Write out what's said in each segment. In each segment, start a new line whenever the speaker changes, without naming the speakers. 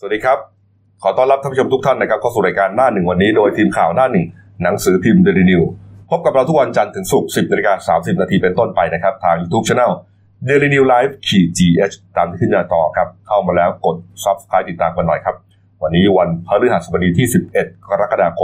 สวัสดีครับขอต้อนรับท่านผู้ชมทุกท่านนะครับเข้าสู่รายการหน้าหนึ่งวันนี้โดยทีมข่าวหน้าหนึ่งหนังสือพิมพ์ Daily News พบกับเราทุกวันจันทร์ถึงศุกร์ 10:30 น.เป็นต้นไปนะครับทาง YouTube Channel Daily News Live-GH ตามที่ขึ้นหน้าจอครับเข้ามาแล้วกด Subscribe ติดตามกันหน่อยครับวันนี้วันพฤหัสบดีที่11กรกฎาคม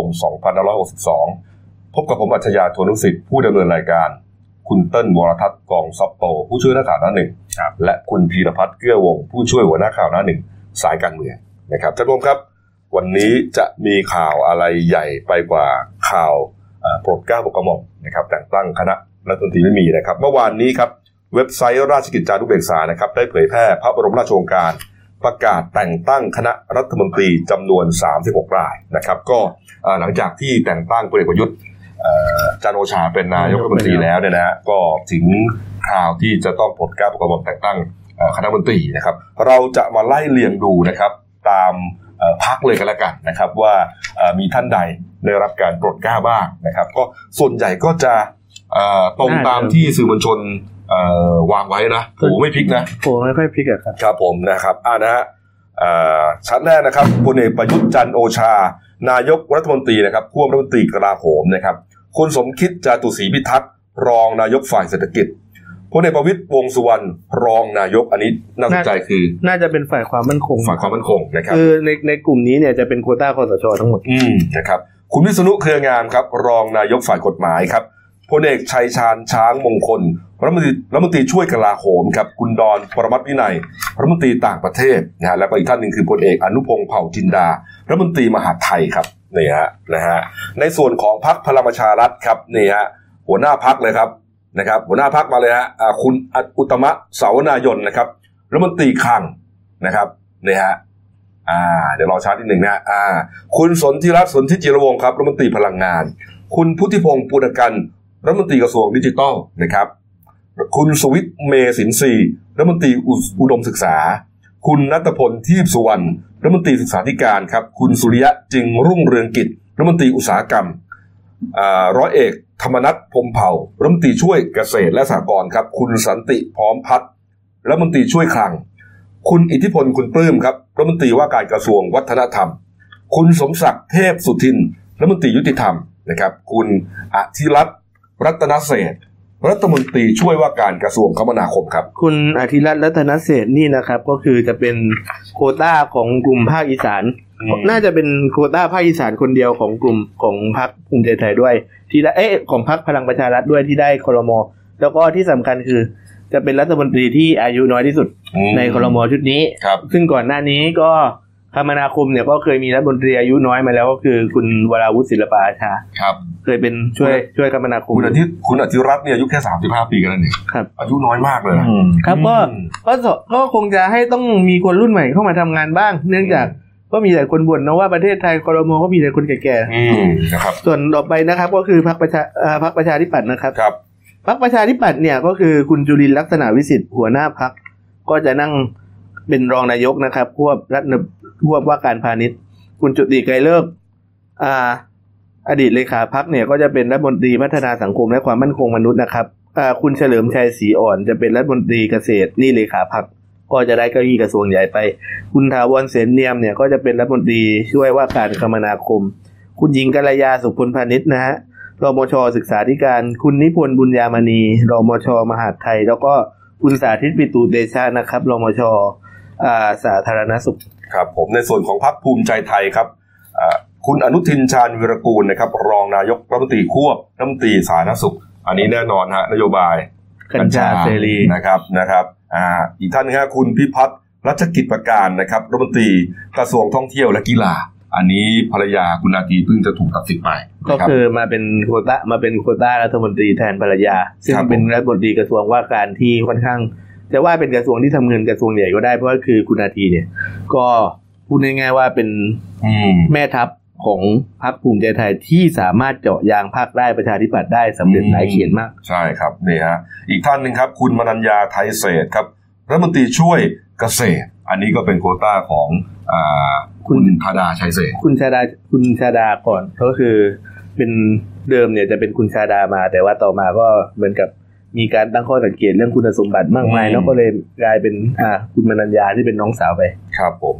2562พบกับผมอัจฉริยะ ทวนุสิทธิ์ผู้ดำเนินรายการคุณเติ้ลวรทัศน์กองซับโตผู้ช่วยนักข่าวหน้าหนึ่งและคุณพีรพัฒน์เกื้อวงผู้ช่วยหัวหน้าข่าวหน้าหนึ่งสายการเมืองนะครับท่านผู้ชมครับวันนี้จะมีข่าวอะไรใหญ่ไปกว่าข่าวโปรดเกล้าโปรดกระหม่อมนะครับแต่งตั้งคณะรัฐมนตรีไม่มีนะครับเมื่อวานนี้ครับเว็บไซต์ราชกิจจานุเบกษานะครับได้เผยแพร่พระบรมราชโองการประกาศแต่งตั้งคณะรัฐมนตรีจำนวน36รายนะครับก็หลังจากที่แต่งตั้งพลเอกประยุทธ์จันทร์โอชาเป็นนายกรัฐมนตรีแล้วเนี่ยนะก็ถึงข่าวที่จะต้องโปรดเกล้าโปรดกระหม่อมแต่งตั้งคณะรัฐมนตรีนะครับเราจะมาไล่เรียงดูนะครับตามพรรคเลยกันแล้วกันนะครับว่ามีท่านใดได้รับการโปรดเกล้าบ้างนะครับก็ส่วนใหญ่ก็จะตรงตามที่สื่อมวลชนวางไว้นะโผไม่พลิกนะ
โผไม่ค่อยพลิกอะครับ
ครับผมนะครับนะฮะชั้นแรกนะครับพลเอกประยุทธ์จันทร์โอชานายกรัฐมนตรีนะครับผู้ว่ารัฐมนตรีกลาโหมนะครับคุณสมคิดจาตุศรีพิทักษ์รองนายกฝ่ายเศรษฐกิจพลเอกประวิตรวงษ์สุวรรณรองนายกอันนี้น่าสนใจคือ
น่าจะเป็นฝ่ายความมั่นคง
นะครับ
คือในกลุ่มนี้เนี่ยจะเป็นโควต้าคสช.ทั้งหมด
นะครับคุณวิษณุเครืองามครับรองนายกฝ่ายกฎหมายครับพลเอกชัยชาญช้างมงคลรัฐมนตรีช่วยกลาโหมครับคุณดอนปรมัตถ์วินัยรัฐมนตรีต่างประเทศนะฮะแล้วก็อีกท่านหนึ่งคือพลเอกอนุพงษ์เผ่าจินดารัฐมนตรีมหาดไทยครับนี่ฮะนะฮะในส่วนของพรรคพลังประชารัฐครับนี่ฮะหัวหน้าพรรคเลยครับนะครับหัวหน้าพรรคมาเลยฮะคุณอุตตมะสาวนายนนะครับรัฐมนตรีคลังนะครับนี่ฮะเดี๋ยวรอชาร์ตนิดหนึ่งนะคุณสนธิรัตน์สนธิจิรวงศ์ครับรัฐมนตรีพลังงานคุณพุทธิพงษ์ปุณกันรัฐมนตรีกระทรวงดิจิทัลนะครับคุณสุวิทย์เมษินทรีย์รัฐมนตรีอุดมศึกษาคุณณัฐพลทีพสุวรรณรัฐมนตรีศึกษาธิการครับคุณสุริยะจึงรุ่งเรืองกิจรัฐมนตรีอุตสาหกรรมร้อยเอกธรรมนัสพรหมเผ่ารัฐมนตรีช่วยเกษตรและสหกรณ์ครับคุณสันติพร้อมพัฒน์รัฐมนตรีช่วยคลังคุณอิทธิพลคุณปลื้มครับรัฐมนตรีว่าการกระทรวงวัฒนธรรมคุณสมศักดิ์เทพสุทินรัฐมนตรียุติธรรมนะครับคุณอธิรัตน์รัตนเศรษฐ์รัฐมนตรีช่วยว่าการกระทรวงคมนาคมครับ
คุณอธิรัตน์รัตนเศรษฐ์นี่นะครับก็คือจะเป็นโควต้าของกลุ่มภาคอีสานน่าจะเป็นโควต้าภาคอีสานคนเดียวของกลุ่มของพรรคภูมิใจไทยด้วยที่ได้ของพรรคพลังประชารัฐด้วยที่ได้ครม.แล้วก็ที่สำคัญคือจะเป็นรัฐมนตรีที่อายุน้อยที่สุดในครม.ชุดนี้ซึ่งก่อนหน้านี้ก็คมนาคมเนี่ยก็เคยมีรัฐมนตรีอายุน้อยมาแล้วก็คือคุณวราวุฒิศิลปอาชา
ครับ
เคยเป็นช่วยคมนาคม
คุณอธิรัตน์เนี่ยอายุแค่35ปีกันแล้วนี่
ครับ
อายุน้อยมากเลยนะครับ
ก็คงจะให้ต้องมีคนรุ่นใหม่เข้ามาทำงานบ้างเนื่องจากก็มีแต่คนบ่นนะว่าประเทศไทยครม.ก็มีแต่คนแก่
ๆนะครับ
ส่วนต่อไปนะครับก็คือพรรคประชาธิปัตย์นะครับ
ครับ
พรรคประชาธิปัตย์เนี่ยก็คือคุณจุรินทร์ลักษณะวิสิทธิ์หัวหน้าพรรคก็จะนั่งเป็นรองนายกนะครับควบว่าการพาณิชย์คุณจุติไกรเลิกษ์อดีตเลขาพรรคเนี่ยก็จะเป็นรัฐมนตรีพัฒนาสังคมและความมั่นคงมนุษย์นะครับคุณเฉลิมชัยศรีอ่อนจะเป็นรัฐมนตรีเกษตรนี่เลขาพรรคก็จะได้เก้าอี้กระทรวงใหญ่ไปคุณถาวรเสนเนียมเนี่ยก็จะเป็นรัฐมนตรีช่วยว่าการคมนาคมคุณหญิงกัลยาสุขพลพาณิชย์นะฮะรมช.ศึกษาธิการคุณนิพนธ์บุญญามณีรมช.มหาดไทยแล้วก็คุณสาธิตปิตุเดชะนะครับรมช.สาธารณสุข
ครับผมในส่วนของพรรคภูมิใจไทยครับคุณอนุทินชาญวิรากูลนะครับรองนายกรัฐมนตรีควบรัฐมนตรีสาธารณสุขอันนี้แน่นอนฮะนโยบาย
กัญชาเสรี
นะครับอีกท่านนึงฮะคุณพิพัฒน์รัชกิจประการนะครับรัฐมนตรีกระทรวงท่องเที่ยวและกีฬาอันนี้ภรรยาคุณนาทีเพิ่งจะถูกตัดสิทธิ์ไป
ก็คือมาเป็นโควต้ารัฐมนตรีแทนภรรยาซึ่งเป็นรัฐมนตรีกระทรวงว่าการที่ค่อนข้างจะว่าเป็นกระทรวงที่ทำเงินกระทรวงใหญ่ก็ได้เพราะว่าคือคุณนาทีเนี่ยก็พูดง่ายๆว่าเป็นแม่ทัพของพรรคภูมิใจไทยที่สามารถเจาะยางภาคได้ประชาธิปัตย์ได้สำเร็จหลายเขตมาก
ใช่ครับนี่ฮะอีกท่านหนึ่งครับคุณมนัญญาไทยเศรษฐ์ครับรัฐมนตรีช่วยเกษตรอันนี้ก็เป็นโควต้าของคุณธาดาชัยเศรษฐ์
คุณชาดาก่อนก็คือเป็นเดิมเนี่ยจะเป็นคุณชาดามาแต่ว่าต่อมาก็เหมือนกับมีการตั้งข้อสังเกตเรื่องคุณสมบัติมากมายแล้วก็เลยกลายเป็นคุณมนัญญาที่เป็นน้องสาวไป
ครับผม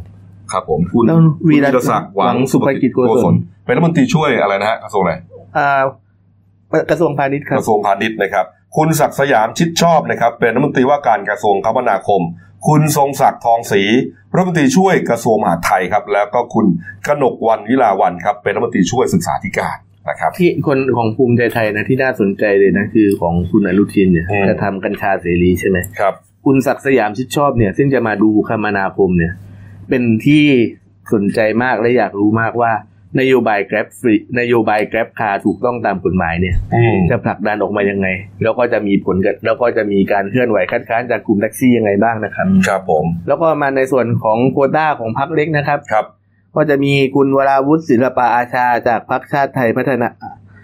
ครับผมคุณ
วีรศักดิ์หวังสุภกิจโกศล
เป็นรัฐมนตรีช่วยอะไรนะฮะกระทรวงอะไร
กระทรวงพาณิชย์ครับ
กระทรวงพาณิชย์นะครับคุณศักดิ์สยามชิดชอบนะครับเป็นรัฐมนตรีว่าการกระทรวงคมนาคมคุณทรงศักดิ์ทองศรีรัฐมนตรีช่วยกระทรวงมหาดไทยครับแล้วก็คุณกนกวรรณวิลาวัลย์ครับเป็นรัฐมนตรีช่วยศึกษาธิการนะครับ
ที่คนของภูมิใจไทยนะที่น่าสนใจเลยนะคือของคุณอนุทินเนี่ยจะทำกัญชาเสรีใช่ไหม
ครับ
คุณศักดิ์สยามชิดชอบเนี่ยซึ่งจะมาดูคมนาคมเนี่ยเป็นที่สนใจมากและอยากรู้มากว่านโยบาย Grab Free นโยบาย Grab Car ถูกต้องตามกฎหมายเนี่ยจะผลักดันออกมายังไงแล้วก็จะมีผลกันแล้วก็จะมีการเคลื่อนไหวคัดค้านจากกลุ่มแท็กซี่ยังไงบ้างนะครับ
ครับผม
แล้วก็มาในส่วนของโควต้าของพรรคเล็กนะครับ
ครับ
ก็จะมีคุณวราวุฒิศิลปอาชาจากพรรคชาติไทยพัฒนา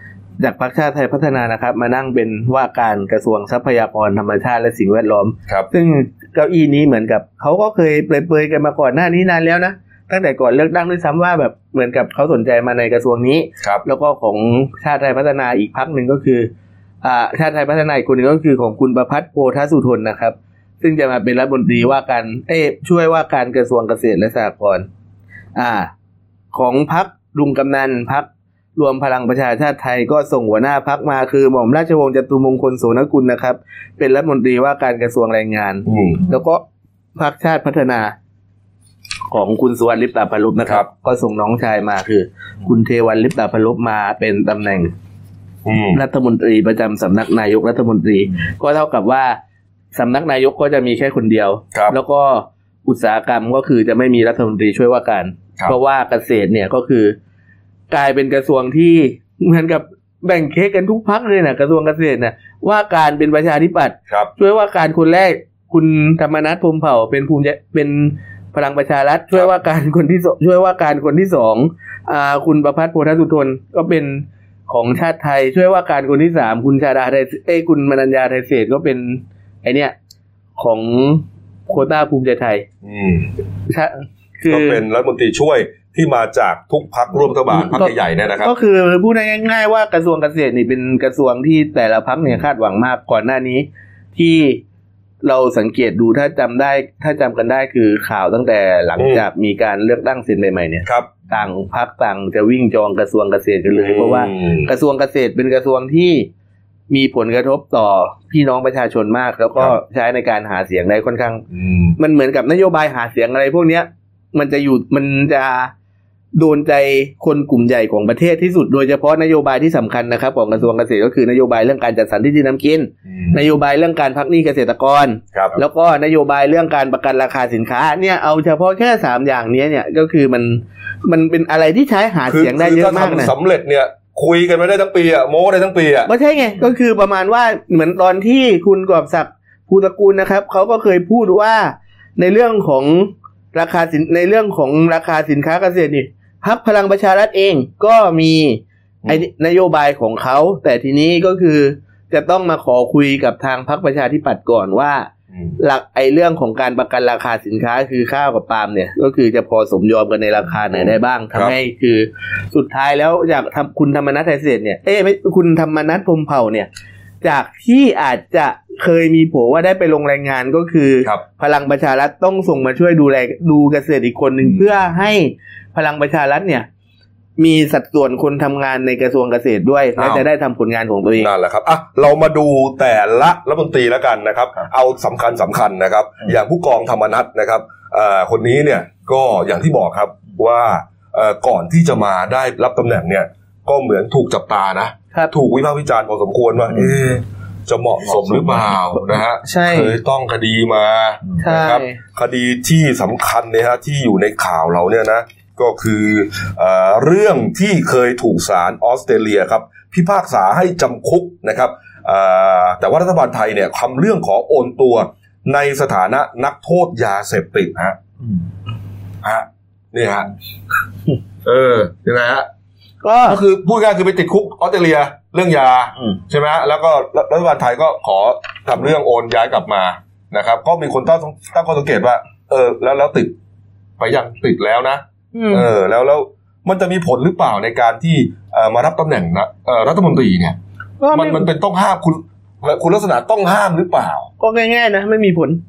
นะครับมานั่งเป็นว่าการกระทรวงทรัพยากรธรรมชาติและสิ่งแวดล้อมซึ่งเก้าอี้นี้เหมือนกับเขาก็เคยเปรยๆกันมาก่อนหน้านี้นานแล้วนะตั้งแต่ก่อนเลือกตั้งด้วยซ้ำว่าแบบเหมือนกับเขาสนใจมาในกระทรวงนี้แล้วก็ของชาติไทยพัฒนาอีกพรรคหนึ่งก็คือชาติไทยพัฒนาอีกคนนึงก็คือของคุณประภัสโพธสุทนนะครับซึ่งจะมาเป็นรัฐมนตรีว่าการช่วยว่าการกระทรวงเกษตรและสหกรณ์ของพรรคลุงกำนันพรรครวมพลังประชาชาติไทยก็ส่งหัวหน้าพรรคมาคือหม่อมราชวงศ์จตุมงคลโสนกุลนะครับเป็นรัฐมนตรีว่าการกระทรวงแรงงานแล้วก็พรรคชาติพัฒนาของคุณสุวรรณลิปตาภลพนะครับก็ส่งน้องชายมาคือคุณเทวันลิปตาภลพมาเป็นตำแหน่งรัฐมนตรีประจำสำนักนายกรัฐมนตรีก็เท่ากับว่าสำนักนายกก็จะมีแค่คนเดียวแล้วก็อุตสาหกรรมก็คือจะไม่มีรัฐมนตรีช่วยว่าการเพราะว่าเกษตรเนี่ยก็คือกลายเป็นกระทรวงที่เหมือนกับแบ่งเค้กกันทุกพรรคเลยนะกระทรวงเกษตรนะว่าการเป็นประชาธิปัตย์ช่วยว่าการคนแรกคุณธรรมนัสพรหมเผ่าเป็นพลังประชารัฐช่วยว่าการคนที่ช่วยว่าการคนที่สองคุณประภัสโพธสุทนก็เป็นของชาติไทยช่วยว่าการคนที่สามคุณชาดาไทยคุณมนัญญาไทยเศรษฐ์ก็เป็นไอเนี้ยของโควต้าภูมิใจไทย
ก็เป็นรัฐมนตรีช่วยที่มาจากทุกพรรคร่วมรัฐบาลพรรคใหญ่ๆเนี่ยนะครับ
ก็คือพูดง่ายๆว่ากระทรวงเกษตรนี่เป็นกระทรวงที่แต่ละพรรคเนี่ยคาดหวังมากก่อนหน้านี้ที่เราสังเกตดูถ้าจำกันได้คือข่าวตั้งแต่หลังจากมีการเลือกตั้งเสร็จใหม่ๆเนี่ยต่างพรรคต่างจะวิ่งจองกระทรวงเกษตรกันเลยเพราะว่ากระทรวงเกษตรเป็นกระทรวงที่มีผลกระทบต่อพี่น้องประชาชนมากแล้วก็ใช้ในการหาเสียงได้ค่อนข้างมันเหมือนกับนโยบายหาเสียงอะไรพวกเนี้ยมันจะโดนใจคนกลุ่มใหญ่ของประเทศที่สุดโดยเฉพาะนโยบายที่สำคัญนะครับของกระทรวงเกษตรก็คือนโยบายเรื่องการจัดสรรที่ดินน้ำกินนโยบายเรื่องการพักหนี้เกษตรกรแล้วก็นโยบายเรื่องการประกันราคาสินค้าเนี่ยเอาเฉพาะแค่3อย่างนี้เนี่ยก็คือมันเป็นอะไรที่ใช้หาเสียงได้เยอะมากนะ
สำเร็จเนี่ยคุยกันไม่ได้ทั้งปีโม้ได้ทั้งปี
ก็ใช่ไงก็คือประมาณว่าเหมือนตอนที่คุณกอบศักดิ์ภูตระกูลนะครับเขาก็เคยพูดว่าในเรื่องของราคาสินค้าเกษตรนี่พรรคพลังประชารัฐเองก็มีนโยบายของเขาแต่ทีนี้ก็คือจะต้องมาขอคุยกับทางพรรคประชาธิปัตย์ก่อนว่าหลักเรื่องของการประกันราคาสินค้าคือข้าวกับปาล์มเนี่ยก็คือจะพอสมยอมกันในราคาไหนได้บ้างทำให้คือสุดท้ายแล้วจากคุณธรรมนัสไทยเศรษฐ์เนี่ยคุณธรรมนัสพรหมเผ่าเนี่ยจากที่อาจจะเคยมีโผว่าได้ไปลงรายงานก็คือพลังประชารัฐต้องส่งมาช่วยดูเกษตรอีกคนหนึ่งเพื่อให้พลังประชารัฐเนี่ยมีสัดส่วนคนทำงานในกระทรวงเกษตรด้วยและจะได้ทำผลงานของตัวเอง
นั่นแหละครับเรามาดูแต่ละรัฐมนตรีแล้วกันนะครับเอาสำคัญนะครับอย่างผู้กองธรรมนัสนะครับคนนี้เนี่ยก็อย่างที่บอกครับว่าก่อนที่จะมาได้รับตำแหน่งเนี่ยก็เหมือนถูกจับตานะถูกวิพากษ์วิจารณ์พอสมควรว่าจะเหมาะสมหรือเปล่านะฮะเคยต้องคดีมานะครับคดีที่สำคัญเนี่ยฮะที่อยู่ในข่าวเราเนี่ยนะก็คือเรื่องที่เคยถูกศาลออสเตรเลียครับพิพากษาให้จำคุกนะครับแต่ว่ารัฐบาลไทยเนี่ยทำเรื่องขอโอนตัวในสถานะนักโทษยาเสพติดนี่ฮะยังไงฮะก็คือพูดง่ายคือไปติดคุกออสเตรเลียเรื่องยาใช่ไหมแล้วก็รัฐบาลไทยก็ขอทำเรื่องโอนย้ายกลับมานะครับก็มีคนตั้งข้อสังเกตว่าแล้วติดไปยังติดแล้วนะแล้วมันจะมีผลหรือเปล่าในการที่มารับตำแหน่งรัฐมนตรีเนี่ยมันเป็นต้องห้ามคุณลักษณะต้องห้ามหรือเปล่า
ก็ง่ายๆนะไม่มีผล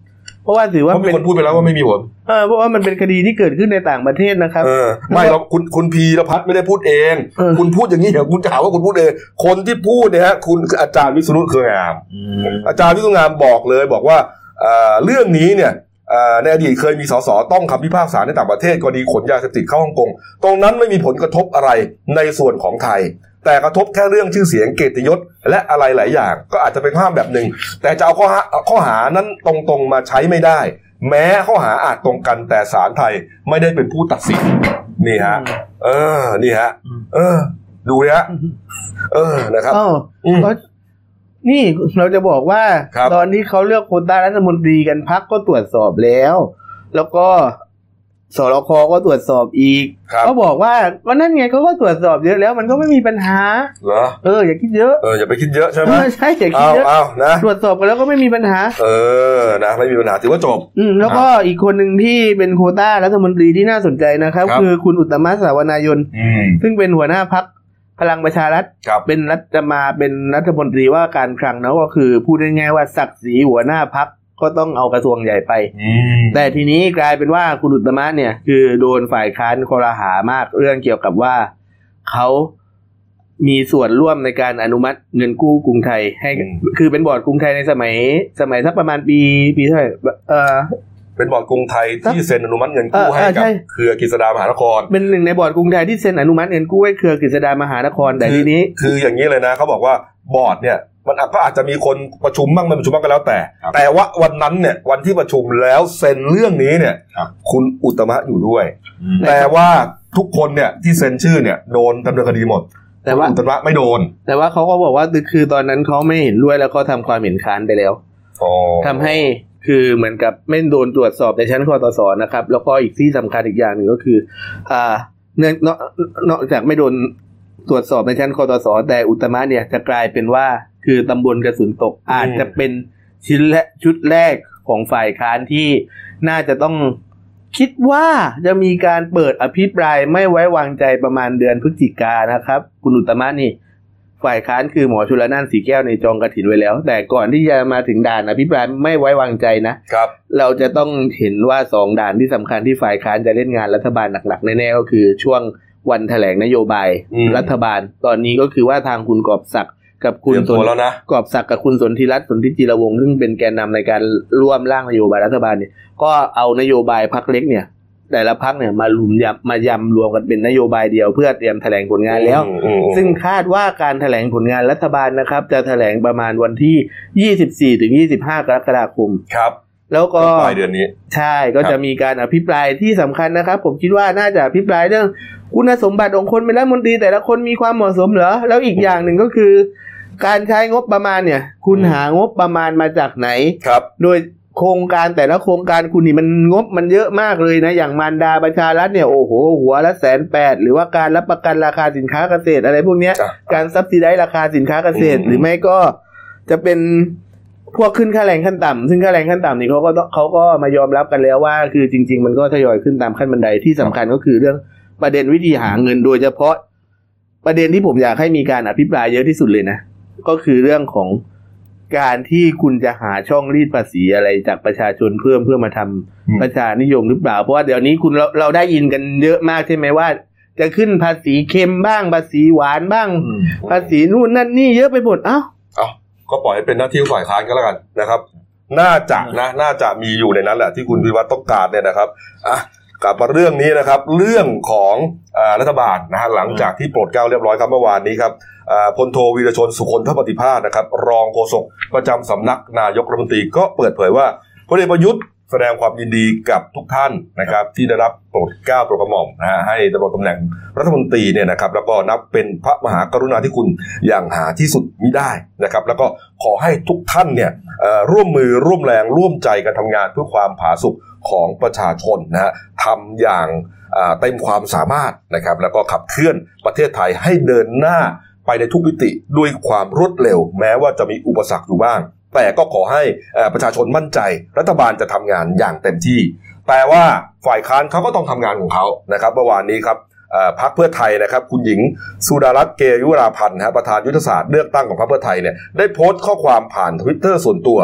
เพราะว่าถือว่า
มีคนพูดไปแล้วว่าไม่มีผล
เพราะว่ามันเป็นคดีที่เกิดขึ้นในต่างประเทศนะครับ
ไม่เราคุณพีรพัฒน์ไม่ได้พูดเองคุณพูดอย่างนี้เดี๋ยวคุณจะหาว่าคุณพูดเองคนที่พูดเนี่ยฮะคุณอาจารย์วิษณุเครืองามอาจารย์วิษณุงามบอกเลยบอกว่าเรื่องนี้เนี่ยในอดีตเคยมีสสต้องคำพิพากษาในต่างประเทศกรณีขนยาเสพติดเข้าฮ่องกงตรงนั้นไม่มีผลกระทบอะไรในส่วนของไทยแต่กระทบแค่เรื่องชื่อเสียงเกียรติยศและอะไรหลายอย่างก็อาจจะเป็นห้ามแบบนึงแต่จะเอาข้อหานั้นตรงๆมาใช้ไม่ได้แม้ข้อหาอาจตรงกันแต่ศาลไทยไม่ได้เป็นผู้ตัดสินนี่ฮะนี่ฮะดูนะนะครับ
นี่เราจะบอกว่าตอนที่เขาเลือกโควต้ารัฐมนตรีกันพรรคก็ตรวจสอบแล้วก็สรคก็ตรวจสอบอีกก็บอกว่าวันนั้นไงเขาก็ตรวจสอบเยอะแล้วมันก็ไม่มีปัญหา
เหรอ
อย่าคิดเยอะ
อย่าไปคิดเยอะใช่ไหม
ใช่อย่าคิดเยอะ
นะ
ตรวจสอบกันแล้วก็ไม่มีปัญหา
นะไม่มีปัญหาถือว่าจบ
แล้วก็อีกคนหนึ่งที่เป็นโควต้ารัฐมนตรีที่น่าสนใจนะครับคือคุณอุตตมะสาวนายนซึ่งเป็นหัวหน้าพรรคพลังประชารัฐเป็นรัฐมนตรีว่าการคลังนะก็คือพูดง่ายๆว่าศักดิ์ศรีหัวหน้าพรรคก็ต้องเอากระทรวงใหญ่ไปแต่ทีนี้กลายเป็นว่าคุณอุตตมะเนี่ยคือโดนฝ่ายค้านครหามากเรื่องเกี่ยวกับว่าเขามีส่วนร่วมในการอนุมัติเงินกู้กรุงไทยให้คือเป็นบอร์ดกรุงไทยในสมัยสักประมาณปีเท่าไหร่
เป็นบอร์ดกรุงไทยที่เซ็นอนุมัติเงินกู้ให้กับเครือกฤษฎามหานคร
เป็นหนึ่งในบอร์ดกรุงไทยที่เซ็นอนุมัติเงินกู้ให้เครือกฤษฎามหานครแต่ทีนี้
คืออย่างนี้เลยนะเขาบอกว่าบอร์ดเนี่ยมันก็อาจจะมีคนประชุมบ้างไม่ประชุมบ้างก็แล้วแต่ว่าวันนั้นเนี่ยวันที่ประชุมแล้วเซ็นเรื่องนี้เนี่ยคุณอุตตมะอยู่ด้วยแต่ว่าทุกคนเนี่ยที่เซ็นชื่อเนี่ยโดนดำเนินคดีหมดแต่ว่าอุตตมะไม่โดน
แต่ว่าเขาก็บอกว่าคือตอนนั้นเขาไม่เห็นด้วยแล้วก็ทำความเห็นค้านไปแล้วทำให้คือเหมือนกับไม่โดนตรวจสอบในชั้นคตส.นะครับแล้วก็อีกที่สำคัญอีกอย่างหนึ่งก็คือนอกจากไม่โดนตรวจสอบในชั้นคตส.แต่อุตตมะเนี่ยจะกลายเป็นว่าคือตำบลกระสุนตกอาจจะเป็นชุดแรกของฝ่ายค้านที่น่าจะต้องคิดว่าจะมีการเปิดอภิปรายไม่ไว้วางใจประมาณเดือนพฤศจิกายนนะครับคุณอุตตมะนี่ฝ่ายค้านคือหมอชุลน่านสีแก้วในจองกฐินไว้แล้วแต่ก่อนที่จะมาถึงด่านอภิปรายไม่ไว้วางใจนะครับเราจะต้องเห็นว่า2ด่านที่สำคัญที่ฝ่ายค้านจะเล่นงานรัฐบาลหนักๆแน่ๆก็คือช่วงวันแถลงนโยบายรัฐบาลตอนนี้ก็คือว่าทางคุณกอบศักดิ์กับคุณกอบศักดิ์กับคุณสนธิรัตน์สนธิจิรวงศ์ซึ่งเป็นแกนนำในการร่วมร่างนโยบายรัฐบาลเนี่ยก็เอานโยบายพรรคเล็กเนี่ยแต่ละพรรคเนี่ยมายำรวมกันเป็นนโยบายเดียวเพื่อเตรียมแถลงผลงานแล้วซึ่งคาดว่าการแถลงผลงานรัฐบาลนะครับจะแถลงประมาณวันที่24 ถึง 25 กรกฎาคม
ครับ
แล้วก็
ปลายเดือนนี้
ใช่ก็จะมีการอภิปรายที่สำคัญนะครับผมคิดว่าน่าจะอภิปรายเรื่องคุณสมบัติของคนเป็นรัฐมนตรีแต่ละคนมีความเหมาะสมเหรอแล้วอีกอย่างหนึ่งก็คือการใช้งบประมาณเนี่ยคุณหางบประมาณมาจากไหน
ครับ
โดยโครงการแต่ละโครงการคุณนี่มันงบมันเยอะมากเลยนะอย่างมารดาประชารัฐเนี่ยโอ้โหหัวละ180,000หรือว่าการรับประกันราคาสินค้าเกษตรอะไรพวกนี้การซับซิไดซ์ราคาสินค้าเกษตรหรือไม่ก็จะเป็นพวกขึ้นค่าแรงขั้นต่ำซึ่งค่าแรงขั้นต่ำนี่เขาก็มายอมรับกันแล้วว่าคือจริงๆมันก็ทยอยขึ้นตามขั้นบันไดที่สำคัญก็คือเรื่องประเด็นวิธีหาเงินโดยเฉพาะประเด็นที่ผมอยากให้มีการอภิปรายเยอะที่สุดเลยนะก็คือเรื่องของการที่คุณจะหาช่องรีดภาษีอะไรจากประชาชนเพื่อมาทำประชานิยมหรือเปล่าเพราะว่าเดี๋ยวนี้เราได้ยินกันเยอะมากใช่ไหมว่าจะขึ้นภาษีเค็มบ้างภาษีหวานบ้างภาษีนู่นนั่นนี่เยอะไปหมด
ก็ปล่อยให้เป็นหน้าที่ฝ่ายค้านก็แล้วกันนะครับน่าจะมีอยู่ในนั้นแหละที่คุณวิวัฒน์ต้องการเนี่ยนะครับกลับมาเรื่องนี้นะครับเรื่องของรัฐบาลนะฮะหลังจากที่โปรดเกล้าเรียบร้อยครับเมื่อวานนี้ครับพลโทวีรชนสุคนทปฏิภาสนะครับรองโฆษกประจำสำนักนายกรัฐมนตรีก็เปิดเผยว่าพลเอกประยุทธ์แสดงความยินดีกับทุกท่านนะครับที่ได้รับโปรดเกล้าโปรดกระหม่อมนะฮะให้ดำรงตำแหน่งรัฐมนตรีเนี่ยนะครับแล้วก็นับเป็นพระมหากรุณาธิคุณอย่างหาที่สุดมิได้นะครับแล้วก็ขอให้ทุกท่านเนี่ยร่วมมือร่วมแรงร่วมใจกันทำงานเพื่อความผาสุกของประชาชนนะฮะทำอย่างเต็มความสามารถนะครับแล้วก็ขับเคลื่อนประเทศไทยให้เดินหน้าไปในทุกมิติด้วยความรวดเร็วแม้ว่าจะมีอุปสรรคอยู่บ้างแต่ก็ขอให้ประชาชนมั่นใจรัฐบาลจะทำงานอย่างเต็มที่แต่ว่าฝ่ายค้านเขาก็ต้องทำงานของเขานะครับเมื่อวานนี้ครับพรรคเพื่อไทยนะครับคุณหญิงสุดารัตน์เกยุราพันธ์ประธานยุทธศาสตร์เลือกตั้งของพรรคเพื่อไทยเนี่ยได้โพสต์ข้อความผ่าน Twitter ส่วนตัว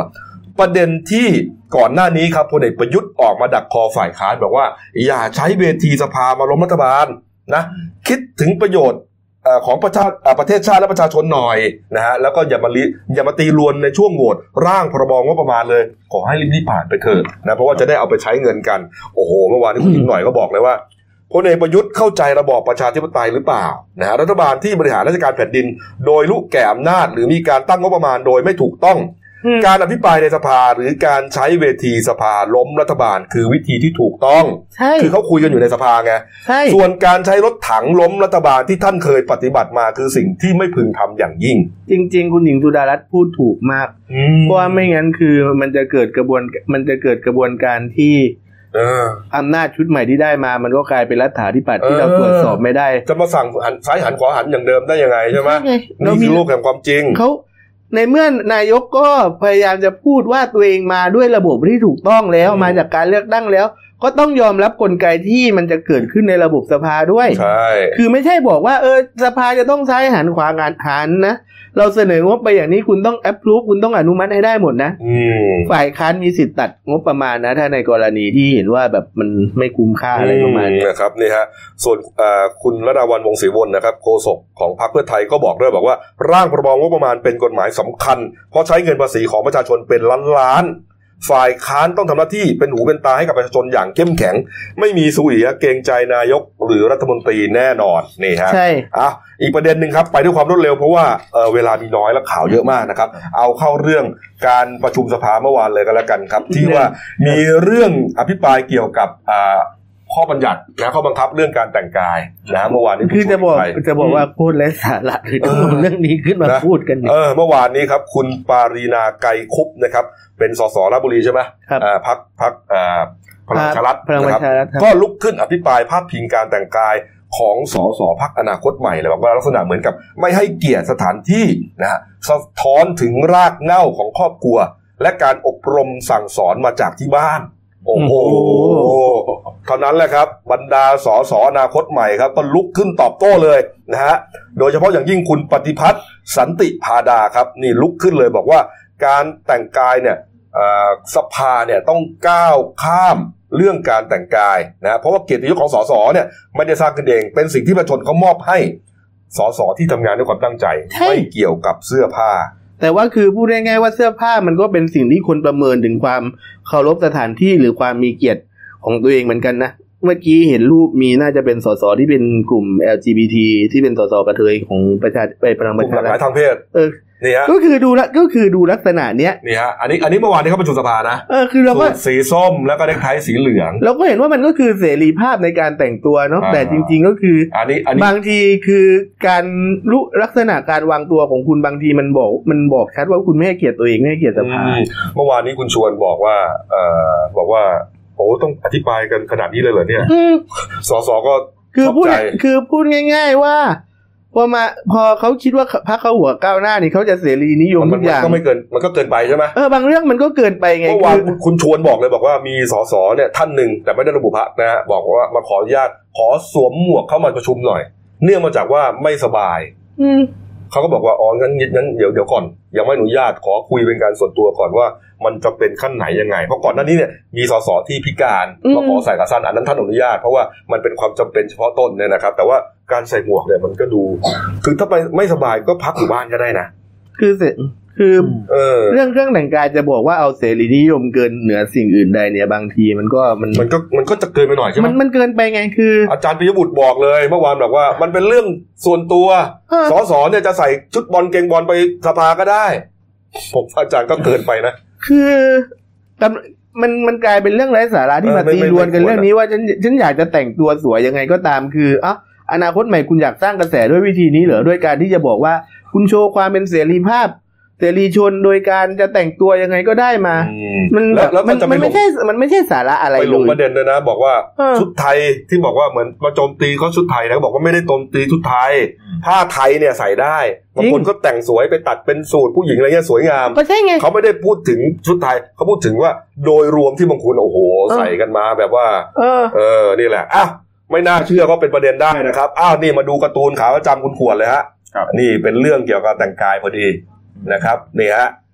ประเด็นที่ก่อนหน้านี้ครับพลเอกประยุทธ์ออกมาดักคอฝ่ายค้านบอกว่าอย่าใช้เวทีสภามาล้มรัฐบาลนะคิดถึงประโยชน์ของประเทศชาติและประชาชนหน่อยนะฮะแล้วก็อย่ามาตีรวนในช่วงโหวตร่างพรบงบประมาณเลยขอให้รีบผ่านไปเถอะนะเพราะว่าจะได้เอาไปใช้เงินกันโอ้โหเมื่อวานนี้คุณหญิงหน่อยก็บอกเลยว่าพลเอกประยุทธ์เข้าใจระบอบประชาธิปไตยหรือเปล่านะฮะรัฐบาลที่บริหารราชการแผ่นดินโดยลุแก่อำนาจหรือมีการตั้งงบประมาณโดยไม่ถูกต้องการอภิปรายในสภาหรือการใช้เวทีสภาล้มรัฐบาลคือวิธีที่ถูกต้องคือเขาคุยกันอยู่ในสภาไงส่วนการใช้รถถังล้มรัฐบาลที่ท่านเคยปฏิบัติมาคือสิ่งที่ไม่พึงทำอย่างยิ่ง
จริงๆคุณหญิงสุดารัตน์พูดถูกมากเพราะว่าไม่งั้นคือมันจะเกิดกระบวนการที่อำนาจชุดใหม่ที่ได้มามันก็กลายเป็นรัฐาธิปัตย์ที่เราตรวจสอบไม่ได้
จะมาสั่งหันซ้ายหันขวาหันอย่างเดิมได้ยังไงใช่ไหมนี่คือโลกแห่งความจริง
เขาในเมื่อนายกก็พยายามจะพูดว่าตัวเองมาด้วยระบบที่ถูกต้องแล้วมาจากการเลือกตั้งแล้วก็ต้องยอมรับกลไกที่มันจะเกิดขึ้นในระบบสภาด้วย
ใช่
คือไม่ใช่บอกว่าสภาจะต้องซ้ายหันขวาหันนะเราเสนองบไปอย่างนี้คุณต้องแอปพรูฟคุณต้องอนุมัติให้ได้หมดนะฝ่ายค้านมีสิทธิ์ตัดงบประมาณนะถ้าในกรณีที่เห็นว่าแบบมันไม่คุ้มค่าอะไรประมาณนี้
นะครับนี่ฮะส่วนคุณระดาวันวงศ์ศรีวรนะครับโฆษกของพรรคเพื่อไทยก็บอกด้วยบอกว่าร่างพรบงบประมาณเป็นกฎหมายสำคัญเพราะใช้เงินภาษีของประชาชนเป็นล้านฝ่ายค้านต้องทำหน้าที่เป็นหูเป็นตาให้กับประชาชนอย่างเข้มแข็งไม่มีสุริยะเกรงใจนายกหรือรัฐมนตรีแน่นอนนี่ฮะ
ใช่
อีกประเด็นหนึ่งครับไปด้วยความรวดเร็วเพราะว่าเวลามีน้อยและข่าวเยอะมากนะครับเอาเข้าเรื่องการประชุมสภาเมื่อวานเลยกันแล้วกันครับที่ว่ามีเรื่องอภิปรายเกี่ยวกับข้อบัญญัตินะข้อบังคับเรื่องการแต่งกายนะเมื่อวานนี้
คือจะบอกว่าพูดไร้สาระคือต้องเอาเรื่องนี้ขึ้นมาพูดกัน
เมื่อวานนี้ครับคุณปารีนาไกรคุปนะครับเป็นสสราชบุรีใช่ไหมพรรคพลังประชารัฐนะครับก็ลุกขึ้นอภิปรายพาดพิงการแต่งกายของสสพรรคอนาคตใหม่เลยบอกว่าลักษณะเหมือนกับไม่ให้เกียรติสถานที่นะฮะสะท้อนถึงรากเหง้าของครอบครัวและการอบรมสั่งสอนมาจากที่บ้านโอ้โหเท่านั้นแหละครับบรรดาสสอนาคตใหม่ครับก็ลุกขึ้นตอบโต้เลยนะฮะโดยเฉพาะอย่างยิ่งคุณปฏิพัฒน์สันติพาดาครับนี่ลุกขึ้นเลยบอกว่าการแต่งกายเนี่ยสภาเนี่ยต้องก้าวข้ามเรื่องการแต่งกายนะเพราะว่าเกียรติยศของสสเนี่ยไม่ได้สร้างขึ้นเองเป็นสิ่งที่ประชาชนเขามอบให้สสที่ทำงานด้วยความตั้งใจไม่เกี่ยวกับเสื้อผ้า
แต่ว่าคือพูดง่ายๆว่าเสื้อผ้ามันก็เป็นสิ่งที่คนประเมินถึงความเคารพสถานที่หรือความมีเกียรติของตัวเองเหมือนกันนะเมื่อกี้เห็นรูปมีน่าจะเป็นสสที่เป็นกลุ่ม LGBT ที่เป็นสสกระเทยของพลังประชารัฐ
ทางเพศนี่ฮะ
ก็คือดูลักษณะเนี้ย
นี่ฮะอันนี้เมื่อวานที่เขาประชุมสภานะ
คือเราก็
สีส้มแล้วก็เนคไทสีเหลือง
เราก็เห็นว่ามันก็คือเสรีภาพในการแต่งตัวเนาะแต่จริงๆก็คืออันนี้บางทีคือการลักษณะการวางตัวของคุณบางทีมันบอกชัดว่าคุณไม่ให้เกียรติตัวเองไม่ให้เกียรติสภา
เมื่อวานนี้คุณชวนบอกว่าโอ้ต้องอธิบายกันขนาดนี้เลยเหรอเนี่ยสสก็
คือพูดง่ายๆว่าพอเขาคิดว่าพรรคเขาหัวก้าวหน้านี่เขาจะเสรีนิยมทุกอย่าง
มันก็เกินไปใช่ไหม
บางเรื่องมันก็เกินไปไง
เมื่อวานคุณชวนบอกเลยบอกว่ามีสสเนี่ยท่านหนึ่งแต่ไม่ได้ระบุพรรคนะฮะบอกว่ามาขออนุญาตขอสวมหมวกเข้ามาประชุมหน่อยเนื่องมาจากว่าไม่สบายเขาก็บอกว่างั้นเดี๋ยวก่อนยังไม่อนุญาตขอคุยเป็นการส่วนตัวก่อนว่ามันจะเป็นขั้นไหนยังไงเพราะก่อนหน้านี้เนี่ยมีสสที่พิการมาขอใส่ขาสั้นอันนั้นท่านอนุญาตเพราะว่ามันเป็นความจำเป็นเฉพาะต้นเนี่ยนะครับแต่ว่าการใส่หมวกเนี่ยมันก็ดูคือถ้าไปไม่สบายก็พักอยู่บ้านก็ได้นะ
คือเรื่องแต่งกายจะบอกว่าเอาเสรีนิยมเกินเหนือสิ่งอื่นใดเนี่ยบางทีมัน
ก็จะเกินไปหน่อยใช่ไหม
มันเกินไปไงคือ
อาจารย์ปิยบุตรบอกเลยเมื่อวานบอกว่ามันเป็นเรื่องส่วนตัวสสเนี่ยจะใส่ชุดบอลเกงบอลไปสภาก็ได้ผมอาจารย์ก็เกินไปนะ
คือมันกลายเป็นเรื่องไร้สาระที่มาตีรวนกันเรื่องนี้ว่าฉันอยากจะแต่งตัวสวยยังไงก็ตามคืออนาคตใหม่คุณอยากสร้างกระแสด้วยวิธีนี้เหรอด้วยการที่จะบอกว่าคุณโชว์ความเป็นเสรีภาพเสรีชนโดยการจะแต่งตัวยังไงก็ได้มามันไม่ใช่สาระอะไรเลย
ไปลงประเด็นเลยนะบอกว่าชุดไทยที่บอกว่าเหมือนมาโจมตีเขาชุดไทยนะบอกว่าไม่ได้โจมตีชุดไทยผ้าไทยเนี่ยใส่ได้บางคนก็แต่งสวยไปตัดเป็นสูทผู้หญิงอะไรเงี้ยสวยงาม
ก็ใช่ไง
เขาไม่ได้พูดถึงชุดไทยเขาพูดถึงว่าโดยรวมที่บางคนโอ้โหใส่กันมาแบบว่านี่แหละไม่น่าเชื่อก็เป็นประเด็นได้นะครับนี่มาดูการ์ตูนขาประจำคุณขวดเลยฮะนี่เป็นเรื่องเกี่ยวกับแต่งกายพอดีนะครับนี่ฮะ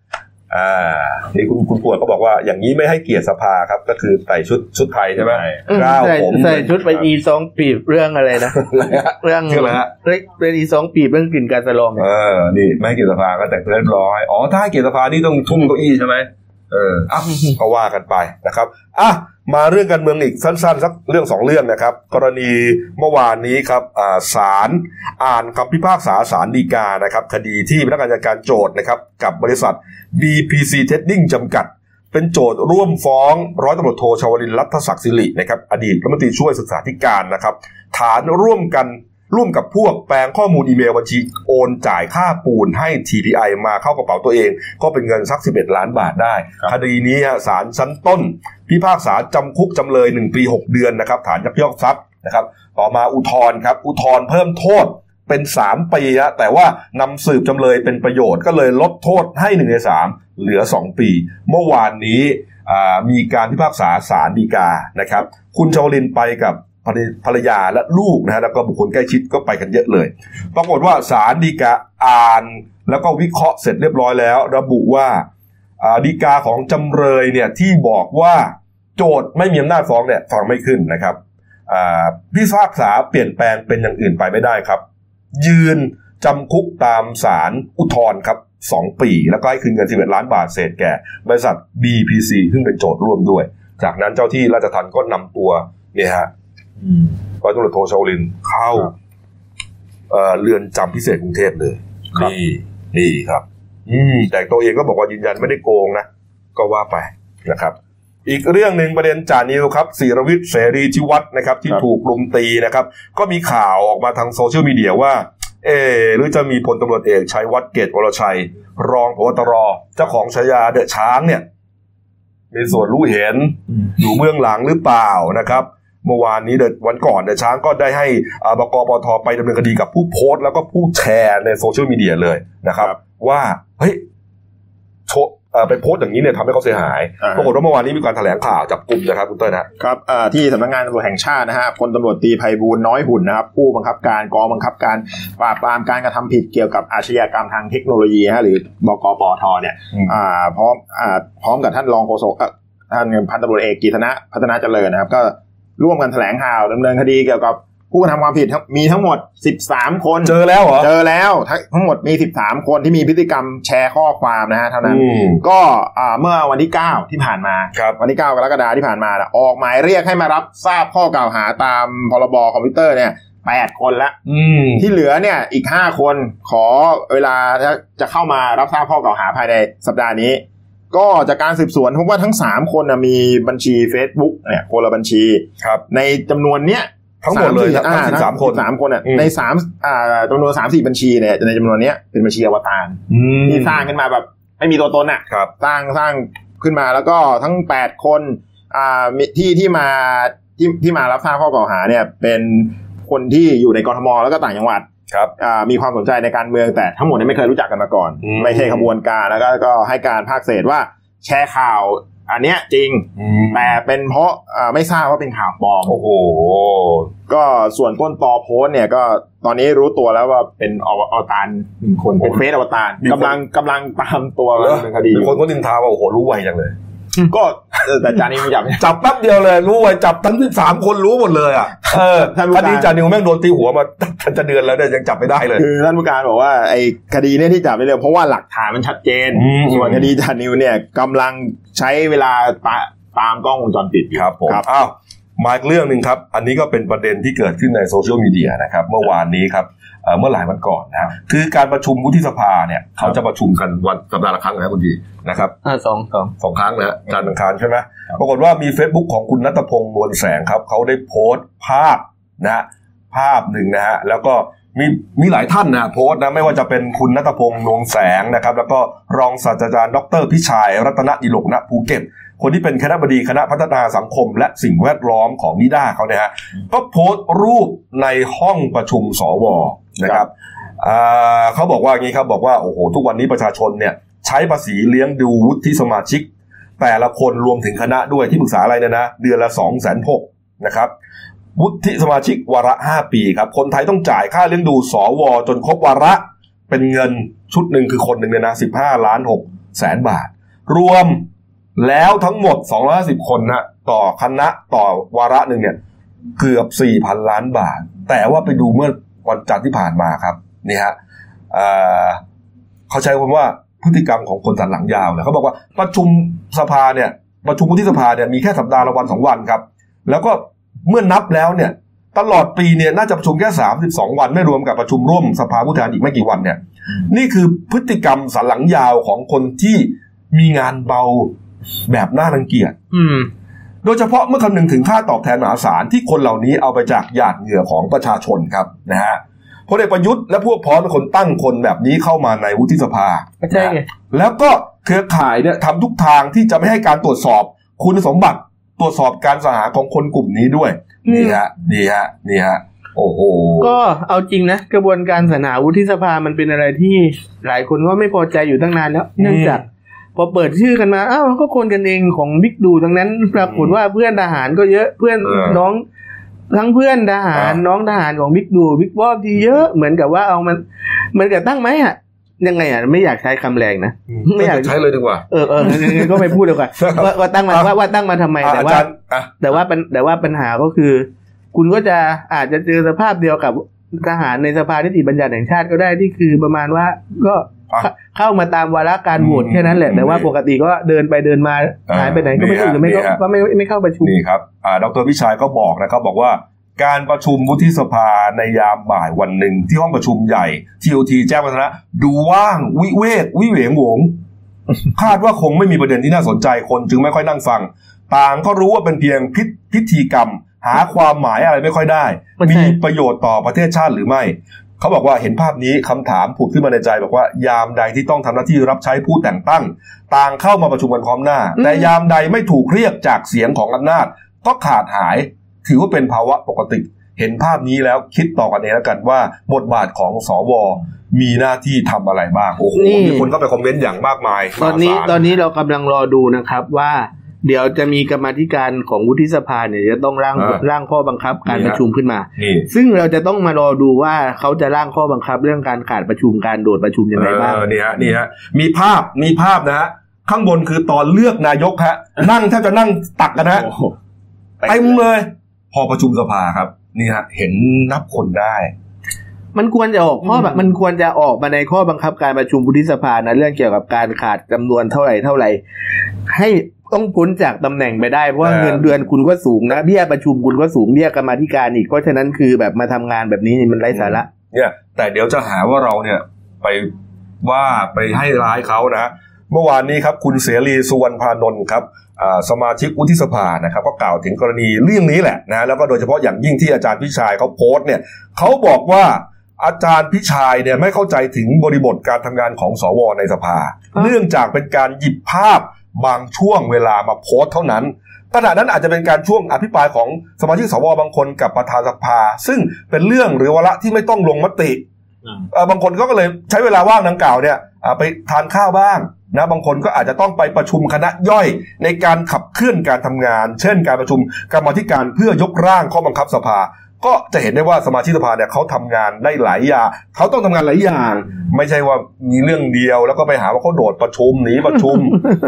นี่คุณปวดก็บอกว่าอย่างนี้ไม่ให้เกียรติสภาครับก็คือใส่ชุดไทยใช่ไหมก้าวผม
ใส่ชุดไปอี2 ปีเรื่องอะไรนะเรื่องอะไรฮะเรื่องอี2 ปีเรื่องกลิ่นการสลอง
นี่ไม่ให้เกียรติสภาก็แต่งตัวเรียบร้อยถ้าให้เกียรติสภานี่ต้องทุ่มเก้าอี้ใช่ไหมก็ว่ากันไปนะครับมาเรื่องการเมืองอีกสั้นๆสักเรื่อง2เรื่องนะครับกรณีเมื่อวานนี้ครับศาลอ่านคำพิพากษาศาลฎีกานะครับคดีที่พนักงานอัยการโจทก์นะครับกับบริษัท BPC Trading จำกัดเป็นโจทก์ร่วมฟ้องร้อยตำรวจโทชวลินทร์รัฐศักดิ์สิรินะครับอดีตรัฐมนตรีช่วยศึกษาธิการนะครับฐานร่วมกับพวกแปลงข้อมูลอีเมลบัญชีโอนจ่ายค่าปูนให้ TPI มาเข้ากระเป๋าตัวเองก็เป็นเงินสัก11 ล้านบาทได้คดีนี้ศาลชั้นต้นพิพากษาจำคุกจำเลย1 ปี 6 เดือนนะครับฐานยักยอกทรัพย์นะครับต่อมาอุทธรณ์ครับอุทธรณ์เพิ่มโทษเป็น3 ปีแต่ว่านำสืบจำเลยเป็นประโยชน์ก็เลยลดโทษให้1 ใน 3เหลือ2 ปีเมื่อวานนี้มีการพิพากษาศาลฎีกานะครับคุณชวลินไปกับภรรยาและลูกนะฮะแล้วก็บุคคลใกล้ชิดก็ไปกันเยอะเลยปรากฏว่าศาลฎีกาอ่านแล้วก็วิเคราะห์เสร็จเรียบร้อยแล้วระบุว่าฎีกาของจำเลยเนี่ยที่บอกว่าโจทก์ไม่มีอำนาจฟ้องเนี่ยฟังไม่ขึ้นนะครับพิพากษาเปลี่ยนแปลงเป็นอย่างอื่นไปไม่ได้ครับยืนจำคุกตามศาลอุทธรณ์ครับ2 ปีแล้วก็ให้คืนเงิน11 ล้านบาทเศษแก่บริษัท BPC ซึ่งเป็นโจทก์ร่วมด้วยจากนั้นเจ้าที่ราชทัณฑ์ก็นำตัวเนี่ยฮะร้อยตำรวจโทชวลินทร์เข้าเรือนจำพิเศษกรุงเทพเลยนี่ครับแต่ตัวเองก็บอกว่ายืนยันไม่ได้โกงนะก็ว่าไปนะครับอีกเรื่องนึงประเด็นจ่านิวครับศิรวิทย์เสรีที่วัดนะครับที่ถูกรุมตีนะครับก็มีข่าวออกมาทางโซเชียลมีเดียว่าหรือจะมีพลตำรวจเอกชัยวัฒน์เกตวรชัยรองผบ.ตร.เจ้าของฉายาเดอะช้างเนี่ยมีส่วนรู้เห็นอยู่เบื้องหลังหรือเปล่านะครับเมื่อวานนี้วันก่อนเดอะช้างก็ได้ให้บก.ปท.ไปดำเนินคดีกับผู้โพสต์แล้วก็ผู้แชร์ในโซเชียลมีเดียเลยนะครับว่าเฮ้ยไปโพสต์อย่างนี้เนี่ยทำให้เขาเสียหายปรากฏว่าเมื่อวานนี้มีการแถลงข่าวจับกุมนะครับคุณเต้ย
นะครับที่สำนักงานตำรวจแห่งชาตินะฮะพลตำรวจตรีไพบูลย์น้อยหุ่นนะครับผู้บังคับการกองบังคับการปราบปรามการกระทำผิดเกี่ยวกับอาชญากรรมทางเทคโนโลยีฮะหรือบก.ปท.เนี่ยพร้อมกับท่านรองโฆษกท่านพันตำรวจเอกกิษณะพัฒนาเจริญนะครับก็ร่วมกันแถลงข่าวดำเนินคดีเกี่ยวกับผู้กระทำความผิดมีทั้งหมด13 คน
เจอแล้วเหรอ
เจอแล้วทั้งหมดมี13 คนที่มีพฤติกรรมแชร์ข้อความนะฮะเท่านั้นก็เมื่อวันที่9ที่ผ่านมาวันที่9กรกฎาคมที่ผ่านมาออกหมายเรียกให้มารับทราบข้อกล่าวหาตามพรบคอมพิวเตอร์เนี่ย8 คนละที่เหลือเนี่ยอีก5 คนขอเวลาจะเข้ามารับทราบข้อกล่าวหาภายในสัปดาห์นี้ก็จากการสืบสวนพบว่าทั้ง3 คนมีบัญชี Facebook เนี่ยคนละบัญชีในจำนวนเนี้ย
ทั้งหมดเลยทั้ง13 คน
3 คนใน3จำนวน 3-4 บัญชีเนี่ยในจำนวนนี้เป็นบัญชีอวตารที่สร้างขึ้นมาแบบไม่มีตัวตนสร้างขึ้นมาแล้วก็ทั้ง8 คนที่มารับทราบข้อกล่าวหาเนี่ยเป็นคนที่อยู่ในกทมแล้วก็ต่างจังหวัดมีความสนใจในการเมืองแต่ทั้งหมดไม่เคยรู้จักกันมาก่อนไม่ใช่ขบวนการแล้วก็ให้การภาคเศษว่าแชร์ข่าวอันเนี้ยจริงแต่เป็นเพราะไม่ทราบว่าเป็นข่าวปลอม
โอ้โห
ก็ส่วนต้นตอโพสต์เนี่ยก็ตอนนี้รู้ตัวแล้วว่าเป็นอวตาร1 คนเป็นเฟซอวตารกำลังตามตัวเป็นคดี
คนก็นินทาว่าโอ้โหรู้ไวจังเลย
ก็แต่จานิว
จับแป๊บเดียวเลยรู้ไวจับทั้ง13 คนรู้หมดเลยคดีจานิวแม่งโดนตีหัวมาจะเดือนแล้วเนี่ยยังจับไม่ได้เลย
คือท่านผู้การบอกว่าไอ้คดีเนี่ยที่จับได้เร็วเพราะว่าหลักฐานมันชัดเจนส่วนคดีจานิวเนี่ยกำลังใช้เวลาตามกล้องวงจรปิด
ครับผมมาอีกเรื่องนึงครับอันนี้ก็เป็นประเด็นที่เกิดขึ้นในโซเชียลมีเดียนะครับเมื่อวานนี้ครับเมื่อหลายวันก่อนนะคือการประชุมวุฒิสภาเนี่ยเขาจะประชุมกันวันสัปดาห์ละครั้งนะคุณดีนะครับ2 ครั้งนะจันทร์อังคารใช่ไหมปรากฏว่ามี Facebook ของคุณณัฐพงษ์นวลแสงครับเขาได้โพสต์ภาพนะภาพหนึ่งนะฮะแล้วก็มีหลายท่านนะโพสต์นะไม่ว่าจะเป็นคุณณัฐพงษ์นวลแสงนะครับแล้วก็รองศาสตราจารย์ดร.พิชัยรัตนดิลกณภูเก็ตคนที่เป็นคณบดีคณะพัฒนาสังคมและสิ่งแวดล้อมของนิด้าเขาเนี่ยฮะก็โพสต์รูปในห้องประชุมสวนะครับเขาบอกว่าอย่างนี้ครับบอกว่าโอ้โหทุกวันนี้ประชาชนเนี่ยใช้ภาษีเลี้ยงดูวุฒิสมาชิกแต่ละคนรวมถึงคณะด้วยที่ปรึกษาอะไรเนี่ยนะเดือนละ 260,000 นะครับวุฒิสมาชิกวาระ5 ปีครับคนไทยต้องจ่ายค่าเลี้ยงดูสวจนครบวาระเป็นเงินชุดหนึ่งคือคนหนึ่งเนี่ยนะ15.6 ล้านบาทรวมแล้วทั้งหมด250คนนะต่อคณะต่อวาระหนึ่งเนี่ยเกือบ 4,000 ล้านบาทแต่ว่าไปดูเมื่อวันจันทร์ที่ผ่านมาครับนี่ฮะเขาใช้คำว่าพฤติกรรมของคนสันหลังยาวเนี่ยเขาบอกว่าประชุมสภาเนี่ยประชุมวุฒิสภาเนี่ยมีแค่สัปดาห์ละวัน2วันครับแล้วก็เมื่อนับแล้วเนี่ยตลอดปีเนี่ยน่าจะประชุมแค่32วันไม่รวมกับประชุมร่วมสภาผู้แทนอีกไม่กี่วันเนี่ยนี่คือพฤติกรรมสันหลังยาวของคนที่มีงานเบาแบบน่ารังเกียจโดยเฉพาะเมื่อคำนึงถึงค่าตอบแทนมหาศาลที่คนเหล่านี้เอาไปจากหยาดเหงื่อของประชาชนครับนะฮะพลเอกประยุทธ์และพวกพ้องเป็นคนตั้งคนแบบนี้เข้ามาในวุฒิสภา
ใช่ไง
แล้วก็เครือข่ายเนี่ยทำทุกทางที่จะไม่ให้การตรวจสอบคุณสมบัติตรวจสอบการสหาของคนกลุ่มนี้ด้วยนี่ฮะโอ้โห
ก็เอาจริงนะกระบวนการสรรหาวุฒิสภามันเป็นอะไรที่หลายคนก็ไม่พอใจอยู่ตั้งนานแล้วเนื่องจากพอเปิดชื่อกันมาอ้าวก็คนกันเองของบิ๊กดูทั้งนั้นปรากฏว่าเพื่อนทหารก็เยอะเพื่อนน้องทั้งเพื่อนทหารน้องทหารของบิ๊กดูบิ๊กบอสที่เยอะเหมือนกับว่าเอามันเหมือนกับตั้งไหมอ่ะยังไงอ่ะไม่อยากใช้คำแรงนะ
ไม่อยากใช้เลยดีกว่า
ก็ไม่พูดเลยกว่าว่าตั้งมาว่าตั้งมาทำไมแต่ว่าปัญหาก็คือคุณก็จะอาจจะเจอสภาพเดียวกับทหารในสภานิติบัญญัติแห่งชาติก็ได้ที่คือประมาณว่าก็เข้ามาตามวาระการโหวตแค่นั้นแหละแต่ว่าปกติก็เดินไปเดินมาหายไปไหนก็ไม่รู้หรือไม่ก็ไม่เข้าประชุม
นี่ครับดร.วิชัยก็บอกนะครับบอกว่าการประชุมวุฒิสภาในยามบ่ายวันหนึ่งที่ห้องประชุมใหญ่ TOT แจ้งวัฒนะดูว่างวิเวกวิเหวงหวงคาดว่าคงไม่มีประเด็นที่น่าสนใจคนจึงไม่ค่อยนั่งฟังต่างก็รู้ว่าเป็นเพียงพิธีกรรมหาความหมายอะไรไม่ค่อยได้มีประโยชน์ต่อประเทศชาติหรือไม่เขาบอกว่าเห็นภาพนี้คำถามผุดขึ้นมาในใจบอกว่ายามใดที่ต้องทำหน้าที่รับใช้ผู้แต่งตั้งต่างเข้ามาประชุมกันพร้อมหน้าแต่ยามใดไม่ถูกเรียกจากเสียงของอำนาจก็ขาดหายถือว่าเป็นภาวะปกติเห็นภาพนี้แล้วคิดต่อกันเองแล้วกันว่าบทบาทของสวมีหน้าที่ทำอะไรบ้างโอ้โหมีคนเข้าไปคอมเมนต์อย่างมากมาย
ตอนนี้เรากำลังรอดูนะครับว่าเดี๋ยวจะมีกรรมาธิการของวุฒิสภาเนี่ยจะต้องร่างข้อบังคับการประชุมขึ้นมาซึ่งเราจะต้องมารอดูว่าเขาจะร่างข้อบังคับเรื่องการขาดประชุมการโดดประชุมยังไงบ้าง
นี่ฮะมีภาพนะฮะข้างบนคือตอนเลือกนายกฮะนั่งแทบจะนั่งตักกันฮะเต็มเลยพอประชุมสภาครับนี่ฮะเห็นนับคนได้
มันควรจะออกข้อแบบมันควรจะออกมาในข้อบังคับการประชุมวุฒิสภานะเรื่องเกี่ยวกับการขาดจำนวนเท่าไหร่ให้ต้องพ้นจากตำแหน่งไปได้เพราะว่าเงินเดือนคุณก็สูงนะเบี้ยประชุมคุณก็สูงเบี้ยกรรมาธิการอีกเพราะฉะนั้นคือแบบมาทำงานแบบนี้มันไร้สาระ
เนี่ยแต่เดี๋ยวจะหาว่าเราเนี่ยไปให้ร้ายเขานะเมื่อวานนี้ครับคุณเสรีสุวรรณพานนท์ครับสมาชิกวุฒิสภานะครับก็กล่าวถึงกรณีเรื่องนี้แหละนะแล้วก็โดยเฉพาะอย่างยิ่งที่อาจารย์พิชัยเขาโพสต์เนี่ยเขาบอกว่าอาจารย์พิชัยเนี่ยไม่เข้าใจถึงบริบทการทำงานของสวในสภาเนื่องจากเป็นการหยิบภาพบางช่วงเวลามาโพสต์เท่านั้นขณะนั้นอาจจะเป็นการช่วงอภิปรายของสมาชิกสวบางคนกับประธานสภาซึ่งเป็นเรื่องหรือวาระที่ไม่ต้องลงมติบางคนก็เลยใช้เวลาว่างดังกล่าวเนี่ยไปทานข้าวบ้างนะบางคนก็อาจจะต้องไปประชุมคณะย่อยในการขับเคลื่อนการทำงานเช่นการประชุมกรรมาธิการเพื่อยกร่างข้อบังคับสภาก็จะเห็นได้ว่าสมาชิกสภาเนี่ยเขาทำงานได้หลายอย่างเขาต้องทำงานหลายอย่างไม่ใช่ว่ามีเรื่องเดียวแล้วก็ไปหาว่าเขาโดดประชุมหนีประชุม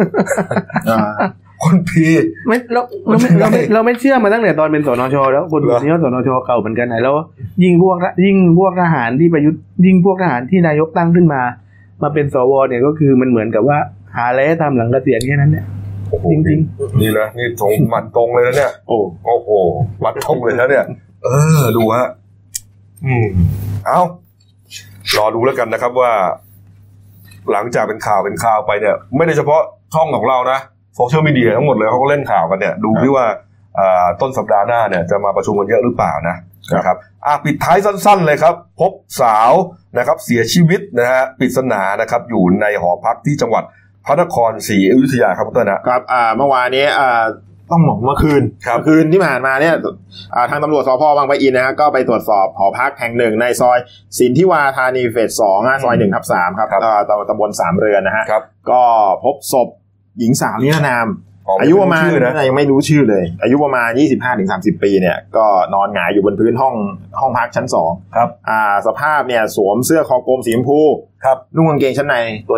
คนพี
ไม่เราไม่เชื่อมาตั้งแต่ตอนเป็นสนชแล้วคนนี้สนชเก่าเหมือนกันไหนแล้วยิ่งพวกทหารที่ประยุทธ์ยิ่งพวกทหารที่นายกตั้งขึ้นมาเป็นสวเนี่ยก็คือมันเหมือนกับว่าหาอะไรทำหลังเกษียณแค่นั้นเนี่ยจริง
ๆนี่นะนี่ตรงมันตรงเลยนะเนี่ยโอ้โหวัดตรงเลยแล้วเนี่ยดูฮะเอารอดูแล้วกันนะครับว่าหลังจากเป็นข่าวไปเนี่ยไม่ได้เฉพาะช่องของเรานะโซเชียลมีเดียทั้งหมดเลยเขาก็เล่นข่าวกันเนี่ยดูที่ว่าต้นสัปดาห์หน้าเนี่ยจะมาประชุมกันเยอะหรือเปล่านะครับปิดท้ายสั้นๆเลยครับพบสาวนะครับเสียชีวิตนะฮะปริศนานะครับอยู่ในหอพักที่จังหวัดพระนครศรีอยุธยาครับทุกท่าน
นะครับเมื่อวานนี้ต้องบอกเมื่อคืนที่ผ่านมาเนี่ยทางตำรวจสภ.บางปะอินนะฮะก็ไปตรวจสอบหอพักแห่งหนึ่งในซอยสินธิวาธานีเฟส 2 ซอย 1/3 ครับตำบลสามเรือนนะฮะก็พบศพหญิงสาวนิรนามอายุประมาณยังไม่รู้ชื่อเลยอายุประมาณ 25-30 ปีเนี่ยก็นอนหงายอยู่บนพื้นห้องพักชั้น2ครับสภาพเนี่ยสวมเสื้อคอกลมสีชมพูนุ่งกางเกงชั้นในตัวเดียว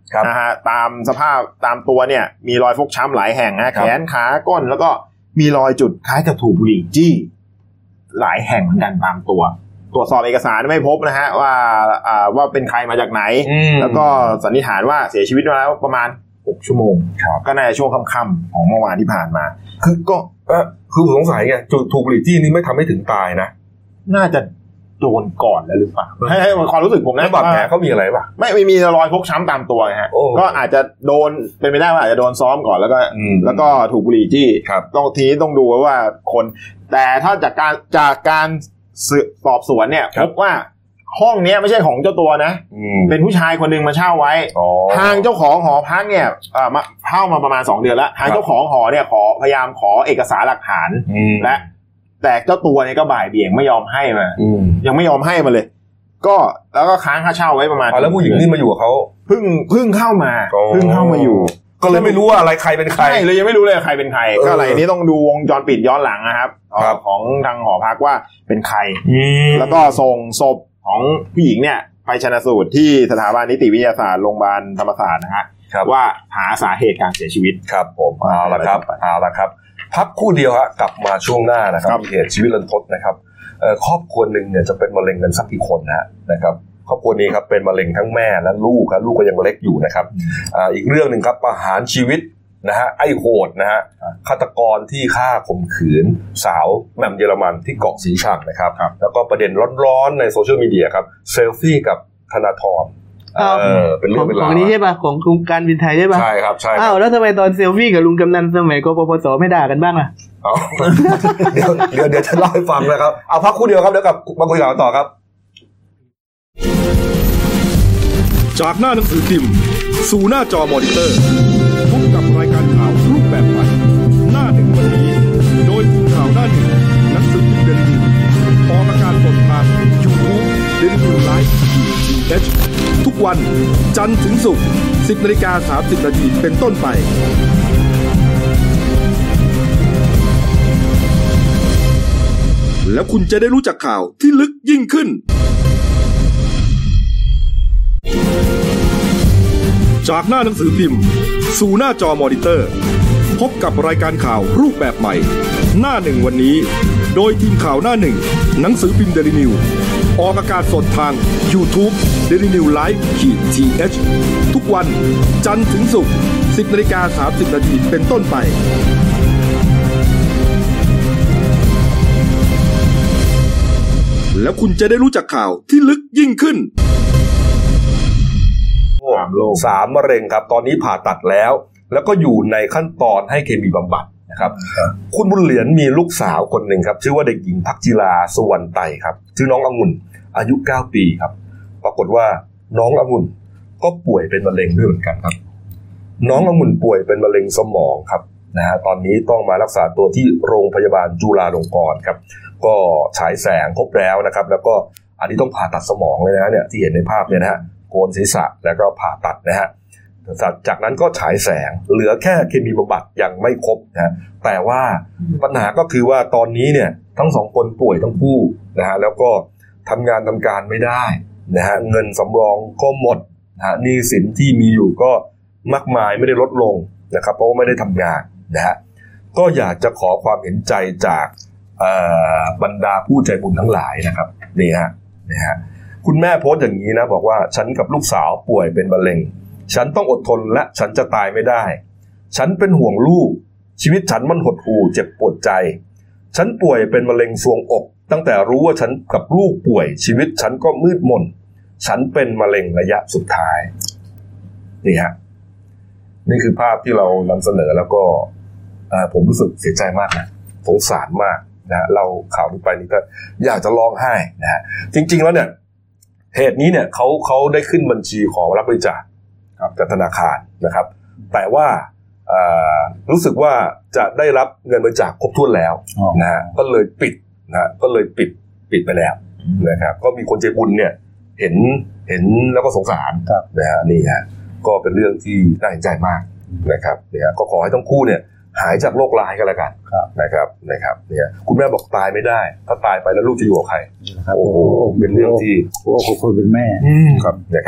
นะฮะตามสภาพตามตัวเนี่ยมีรอยฟกช้ำหลายแห่งนะแขนขาก้นแล้วก็มีรอยจุดคล้ายกับถูกบุหรี่จี้หลายแห่งเหมือนกันตามตัวตรวจสอบเอกสารไม่พบนะฮะว่าเป็นใครมาจากไหนแล้วก็สันนิษฐานว่าเสียชีวิตมาแล้วประมาณ6 ชั่วโมงก็ในช่วงค่ำๆของเมื่อวานที่ผ่านมา
คือผมสงสัยไงถูกบุหรี่จี้นี่ไม่ทำให้ถึงตายนะ
น่าจะโดนก่อนแล้วหรือเปล่าให้ความรู้สึกผมนะ
บาดแผลเขามีอะไรป่ะ
ไม่มีรอยฟกช้ำตามตัวฮะก็อาจจะโดนเป็นไปได้ว่าอาจจะโดนซ้อมก่อนแล้วก็ถูกบุหรี่จี้ต้องดูว่าคนแต่ถ้าจากการสอบสวนเนี่ยพบว่าห้องนี้ไม่ใช่ของเจ้าตัวนะเป็นผู้ชายคนนึงมาเช่าไว้ทางเจ้าของหอพักเนี่ยมาเช่ามาประมาณ2 เดือนแล้วทางเจ้าของหอเนี่ยพยายามขอเอกสารหลักฐานและแต่เจ้าตัวเนี่ยก็บ่ายเบี่ยงไม่ยอมให้มายังไม่ยอมให้มาเลยแล้วก็ค้างค่าเช่าไว้ประมาณ
แล้วผู้หญิงนี่มาอยู่กับเขา
เพิ่งเข้ามาอยู่
ก็เลยไม่รู้ว่าอะไรใครเป็นใคร
ใช่เลยยังไม่รู้เลยใครเป็นใครก็อะไรนี้ต้องดูวงจรปิดย้อนหลังนะครับของทางหอพักว่าเป็นใครแล้วก็ส่งศพของผู้หญิงเนี่ยไปชันสูตรที่สถาบันนิติวิทยาศาสตร์โรงพยาบาลธรรมศาสตร์นะฮะว่าหาสาเหตุการเสียชีวิต
ครับผมเอาละครับพักคู่เดียวฮะกลับมาช่วงหน้านะครับเหตุชีวิตรันทดนะครับครอบครัวนึงเนี่ยจะเป็นมะเร็งกันสักกี่คนนะครับครอบครัวนี้ครับเป็นมะเร็งทั้งแม่และลูกครับลูกก็ยังเล็กอยู่นะครับอีกเรื่องนึงครับประหารชีวิตนะฮะไอ้โหดนะฮะฆาตกรที่ฆ่าข่มขืนสาวแหม่มเยอรมันที่เกาะสีชังนะครับแล้วก็ประเด็นร้อนๆในโซเชียลมีเดียครับเซลฟี่กับธนาธรเป็นเรื่องเป็นราว
ของนี้ใช่ป่ะของกรมการบินไทยใช่ป่ะ
ใช่ครับใช่
แล้วทำไมตอนเซลฟี่กับลุงกำนันสมัยกปปสไม่ด่ากันบ้างล่ะ
เดี๋ยวจะเล่าให้ฟังนะครับเอาพักคู่เดียวครับเดี๋ยวกลับมาคุยกันต่อครับ
จากหน้าหนังสือพิมพ์สู่หน้าจอมอนิเตอร์พบกับรายการข่าวรูปแบบใหม่หน้าหนึ่งวันนี้โดยทีมข่าวหน้าหนึ่งหนังสือพิมพ์เดลินิวออกอากาศสดทาง YouTube เดลินิวไลฟ์ทีทุกวันจันทร์ถึงศุกร์ 10:30 นาทีเป็นต้นไปแล้วคุณจะได้รู้จักข่าวที่ลึกยิ่งขึ้นจากหน้าหนังสือพิมพ์สู่หน้าจอมอนิเตอร์พบกับรายการข่าวรูปแบบใหม่หน้าหนึ่งวันนี้โดยทีมข่าวหน้าหนึ่งหนังสือพิมพ์เดลินิวออกอากาศสดทาง YouTube เดลินิวไลฟ์ทีทุกวันจันทร์ถึงศุกร์ 10:30 นาทีเป็นต้นไปแล้วคุณจะได้รู้จักข่าวที่ลึกยิ่งขึ้น
3 มะเร็งครับตอนนี้ผ่าตัดแล้วก็อยู่ในขั้นตอนให้เคมีบำบัดนะครับคุณบุญเหรียญมีลูกสาวคนหนึ่งครับชื่อว่าเด็กหญิงพักจิราสุวรรณไตครับชื่อน้ององุ่นอายุ9 ปีครับปรากฏว่าน้ององุ่นก็ป่วยเป็นมะเร็งด้วยเหมือนกันครับน้ององุ่นป่วยเป็นมะเร็งสมองครับนะฮะตอนนี้ต้องมารักษาตัวที่โรงพยาบาลจุฬาลงกรณ์ครับก็ฉายแสงพบแล้วนะครับแล้วก็อันนี้ต้องผ่าตัดสมองเลยนะเนี่ยที่เห็นในภาพเนี่ยนะฮะโกนศีรษะแล้วก็ผ่าตัดนะฮะจากนั้นก็ฉายแสงเหลือแค่เคมีบำบัดยังไม่ครบนะแต่ว่าปัญหาก็คือว่าตอนนี้เนี่ยทั้ง2 คนป่วยทั้งคู่นะฮะแล้วก็ทำงานทำการไม่ได้นะฮะเงินสำรองก็หมดนะฮะหนี้สินที่มีอยู่ก็มากมายไม่ได้ลดลงนะครับเพราะว่าไม่ได้ทำงานนะฮะก็อยากจะขอความเห็นใจจากบรรดาผู้ใจบุญทั้งหลายนะครับนี่ฮะคุณแม่โพสต์อย่างนี้นะบอกว่าฉันกับลูกสาวป่วยเป็นมะเร็งฉันต้องอดทนและฉันจะตายไม่ได้ฉันเป็นห่วงลูกชีวิตฉันมันหดหู่เจ็บปวดใจฉันป่วยเป็นมะเร็งทรวงอกตั้งแต่รู้ว่าฉันกับลูกป่วยชีวิตฉันก็มืดมนฉันเป็นมะเร็งระยะสุดท้ายนี่ฮะนี่คือภาพที่เรานำเสนอแล้วก็ผมรู้สึกเสียใจมากนะสงสารมากนะเราข่าวนี้ไปนี่ก็อยากจะร้องไห้นะฮะจริงๆแล้วเนี่ยเหตุนี้เนี่ยเขาได้ขึ้นบัญชีของรับบริจาคจากธนาคารนะครับแต่ว่ารู้สึกว่าจะได้รับเงินบริจาคครบถ้วนแล้วนะฮะก็เลยปิดนะก็เลยปิดไปแล้วนะครับก็มีคนใจบุญเนี่ยเห็นแล้วก็สงสารนะฮะนี่ฮะก็เป็นเรื่องที่น่าเห็นใจมากนะครับเนี่ยก็ขอให้ทั้งคู่เนี่ยหายจากโรคร้ายกันแล้วกันนะครับเนี่ยคุณแม่บอกตายไม่ได้ถ้าตายไปแล้วลูกจะอยู่กับใครโอ้โหเป็นเรื่องที่
คนเป็นแม่
ครับนะครับ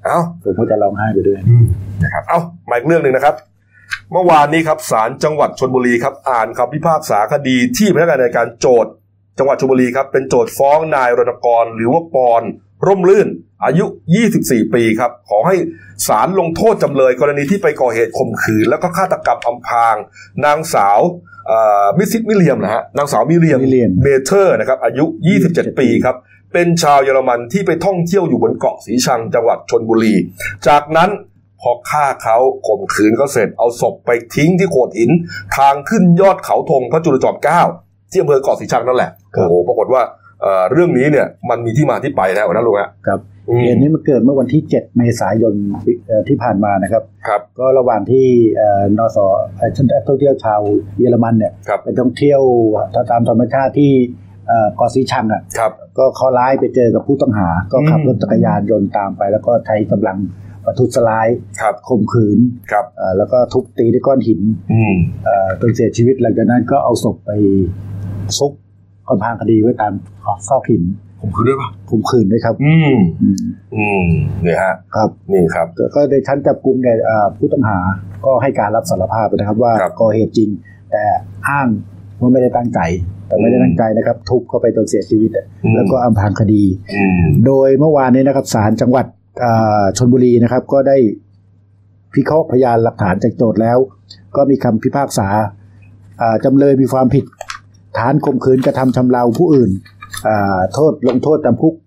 ผมก็จะร้องไห้ไปด้วย
นะครับมาอีกเรื่องนึงนะครับเมื่อวานนี้ครับศาลจังหวัดชลบุรีครับอ่านคำพิพากษาคดีที่พนักงานอัยการโจทก์จังหวัดชลบุรีครับเป็นโจทก์ฟ้องนายรณกรหรือว่าปอนร่มรื่นอายุ24ปีครับขอให้ศาลลงโทษจำเลยกรณีที่ไปก่อเหตุข่มขืนแล้วก็ฆาตกรรมอำพรางนางสาวมิเรียมนะฮะนางสาวมิเรียมเบเทอร์นะครับอายุ27ปีครับเป็นชาวเยอรมันที่ไปท่องเที่ยวอยู่บนเกาะสีชังจังหวัดชลบุรีจากนั้นพอฆ่าเขาข่มขืนเขาเสร็จเอาศพไปทิ้งที่โขดหินทางขึ้นยอดเขาธงพระจุลจอมเกล้าที่อำเภอเกาะสีชังนั่นแหละโอ้โหปรากฏว่าเรื่องนี้เนี่ยมันมีที่มาที่ไปนะนะลุงฮะ
ครับเหตุนี้มันเกิดเมื่อวันที่7เมษายนที่ผ่านมานะครับก็ระหว่างที่นส.ท่องเที่ยวชาวเยอรมันเนี่ยไปท่องเที่ยวตามธรรมชาติที่เกาะสีชังอ่ะก็เขาร้ายไปเจอกับผู้ต้องหาก็ขับรถจักรยานยนต์ตามไปแล้วก็ใช้กำลังประทุษร้ายข่มขืนแล้วก็ทุบตีด้วยก้อนหินจนเสียชีวิตหลังจากนั้นก็เอาศพไปซุกอำพรางคดีไว้ตามซอกหิน
ข่มขืนด้วยป่ะ
ข่มขืนด้วยครับ
เนี่ยฮะ
ครับ
นี่ครับ
ก็ในชั้นจับกุมเนี่ยผู้ต้องหาก็ให้การรับสารภาพนะครับว่าก่อเหตุจริงแต่อ้างว่าไม่ได้ตั้งใจแต่ไม่ได้ตั้งใจนะครับทุบเข้าไปจนเสียชีวิตแล้วก็อำพรางคดีโดยเมื่อวานนี้นะครับศาลจังหวัดชลบุรีนะครับก็ได้พิเคราะห์พยานหลักฐานจากโจทก์แล้วก็มีคำพิพากษาจำเลยมีความผิดฐานข่มขืนกระทำชำเราผู้อื่นลงโทษจำคุก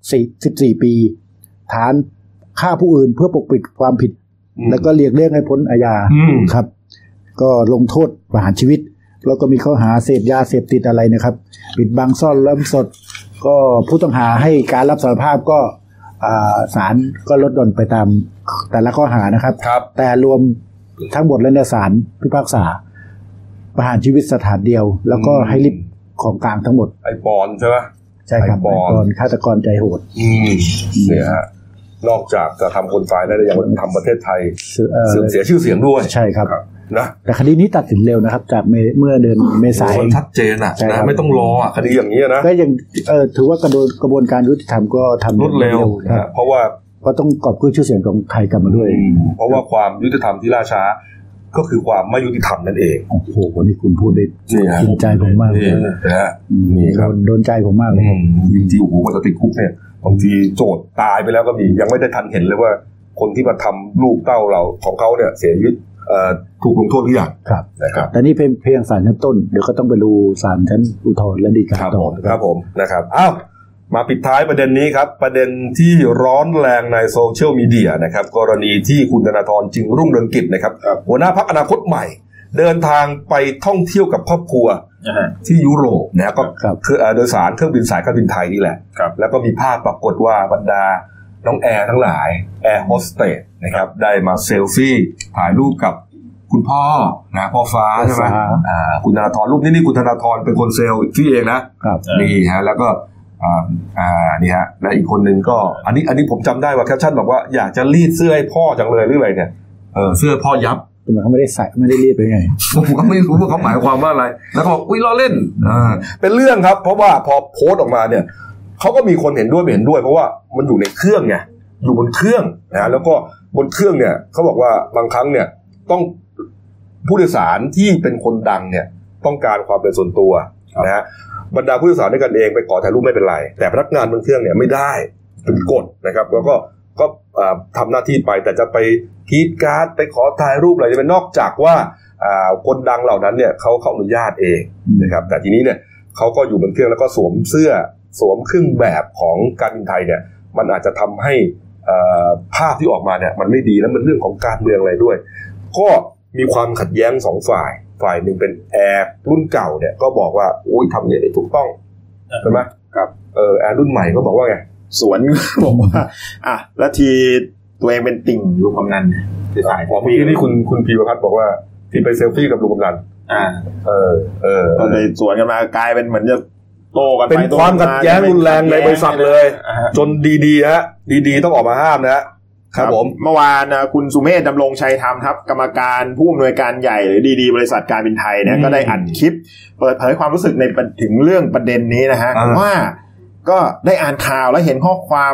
14 ปีฐานฆ่าผู้อื่นเพื่อปกปิดความผิดแล้วก็เลี่ยงให้พ้นอาญาครับก็ลงโทษประหารชีวิตแล้วก็มีข้อหาเสพยาเสพติดอะไรนะครับปิดบังซ่อนเร้นสดก็ผู้ต้องหาให้การรับสารภาพก็ศาลก็ลดหย่อนไปตามแต่ละข้อหานะครับแต่รวมทั้งหมดแล้วศาลพิพากษาประหารชีวิตสถานเดียวแล้วก็ให้ริบของกลางทั้งหมด
ไอ้ปอนใช่ไหม
ใช่ครับไอ้ปอนฆาตกรใจโหด
เนี่ยฮะนอกจากจะทำคนตายแล้วยังทำประเทศไทยเสื่อมเสียชื่อเสียงด้วย
ใช่ครับ
นะ
แต่คดีนี้ตัดสินเร็วนะครับจากเมื่อเดือนเมษายน
ชัดเจนนะไม่ต้องรอคดีอย่างนี้นะ
ก็ยังถือว่ากระบวนการยุติธรรมก็ทำ
รวดเร็วเพราะว่า
ก็ต้องกอบกู้ชื่อเสียงของไทยกลับมาด้วย
เพราะว่าความยุติธรรมที่ล่าช้าก็คือความไม่ยุติธรรมนั่นเอง
โอ้โหวันนี้คุณพูดได้กินใจผมมากเลย
นะนี่ครับ
โดนใจผมมากเลย
จริงๆโอ้โหมันจะติดคุกเนี่ยบางทีโจทย์ตายไปแล้วก็มียังไม่ได้ทันเห็นเลยว่าคนที่มาทำลูกเต้าเราของเขาเนี่ยเสียชีวิตถูกลงโทษหรือยังนะครับ
แต่นี่เป็นเพียงศาลชั้นต้นเดี๋ยวก็ต้องไปดูศาลชั้นอุทธรณ์และฎีกาต่อ
ครับผมนะครับอ้าวมาปิดท้ายประเด็นนี้ครับประเด็นที่ร้อนแรงในโซเชียลมีเดียนะครับกรณีที่คุณธนาธรจึงรุ่งเรืองกิจนะครับหัวหน้าพรรคอนาคตใหม่เดินทางไปท่องเที่ยวกับครอบครัวที่ยุโรปนะก็คือโดยสารเครื่องบินสายการบินไทยนี่แหละแล้วก็มีภาพปรากฏว่าบรรดาน้องแอร์ทั้งหลายแอร์โฮสเตสนะครับได้มาเซลฟี่ถ่ายรูปกับคุณพ่อนะพ่อฟ้าใช่ไหมคุณธนาธรรูปนี้คุณธนาธรเป็นคนเซลฟี่เองนะนี่ฮะแล้วก็นี่ฮะและอีกคนนึงก็อันนี้ผมจำได้ว่าแคปชั่นบอกว่าอยากจะรีดเสื้อให้พ่อจังเลยหรืออะไรเนี่ยเสื้อพ่อยับ
แต่เขาไม่ได้ใส่ไม่ได้รีดไปไง
ผมก็ไม่รู้ว่าเขาหมายความว่าอะไรแล้วก็บอกอุ้ยล้อเล่นเป็นเรื่องครับเพราะว่าพอโพสต์ออกมาเนี่ยเขาก็มีคนเห็นด้วยไม่เห็นด้วยเพราะว่ามันอยู่ในเครื่องไงอยู่บนเครื่องนะแล้วก็บนเครื่องเนี่ยเขาบอกว่าบางครั้งเนี่ยต้องผู้โดยสารที่เป็นคนดังเนี่ยต้องการความเป็นส่วนตัวนะฮะบรรดาผู้โดยสารด้วยกันเองไปขอถ่ายรูปไม่เป็นไรแต่พนักงานบนเครื่องเนี่ยไม่ได้เป็นกฎนะครับแล้วก็ทำหน้าที่ไปแต่จะไปกีดการ์ดไปขอถ่ายรูปอะไรจะเป็นนอกจากว่าคนดังเหล่านั้นเนี่ยเขาอนุญาตเองนะครับแต่ทีนี้เนี่ยเขาก็อยู่บนเครื่องแล้วก็สวมเสื้อสวมเครื่องแบบของการบินไทยเนี่ยมันอาจจะทำให้ภาพที่ออกมาเนี่ยมันไม่ดีแล้วมันเรื่องของการเมืองอะไรด้วยก็มีความขัดแย้งสองฝ่ายหนึ่งเป็นแอร์รุ่นเก่าเนี่ยก็บอกว่าโอ้ยทำเนี่ยถูกต้องใช่ไหมครับแอร์รุ่นใหม่ก็บอกว่าไง
สวนบอกว่าแล้วทีตัวเองเป็นติ่งลุงกำนันที่สาย
เมื่อกี้นี่คุณพีรพัฒน์บอกว่าที่ไปเซลฟี่กับลุงกำนัน
ก็เลยสวนกันมากลายเป็นเหมือนจะโต้กันไป
เป็นความขัดแย้งรุนแรงในบริษัทเลยจนดีฮะดีต้องออกมาห้ามนะครับผม
เมื่อวานคุณสุเมธดำรงชัยธรรมครับกรรมการผู้อำนวยการใหญ่หรือดีบริษัทการบินไทยเนี่ยก็ได้อัดคลิปเปิดเผยความรู้สึกในถึงเรื่องประเด็นนี้นะฮะว่าก็ได้อ่านข่าวและเห็นข้อความ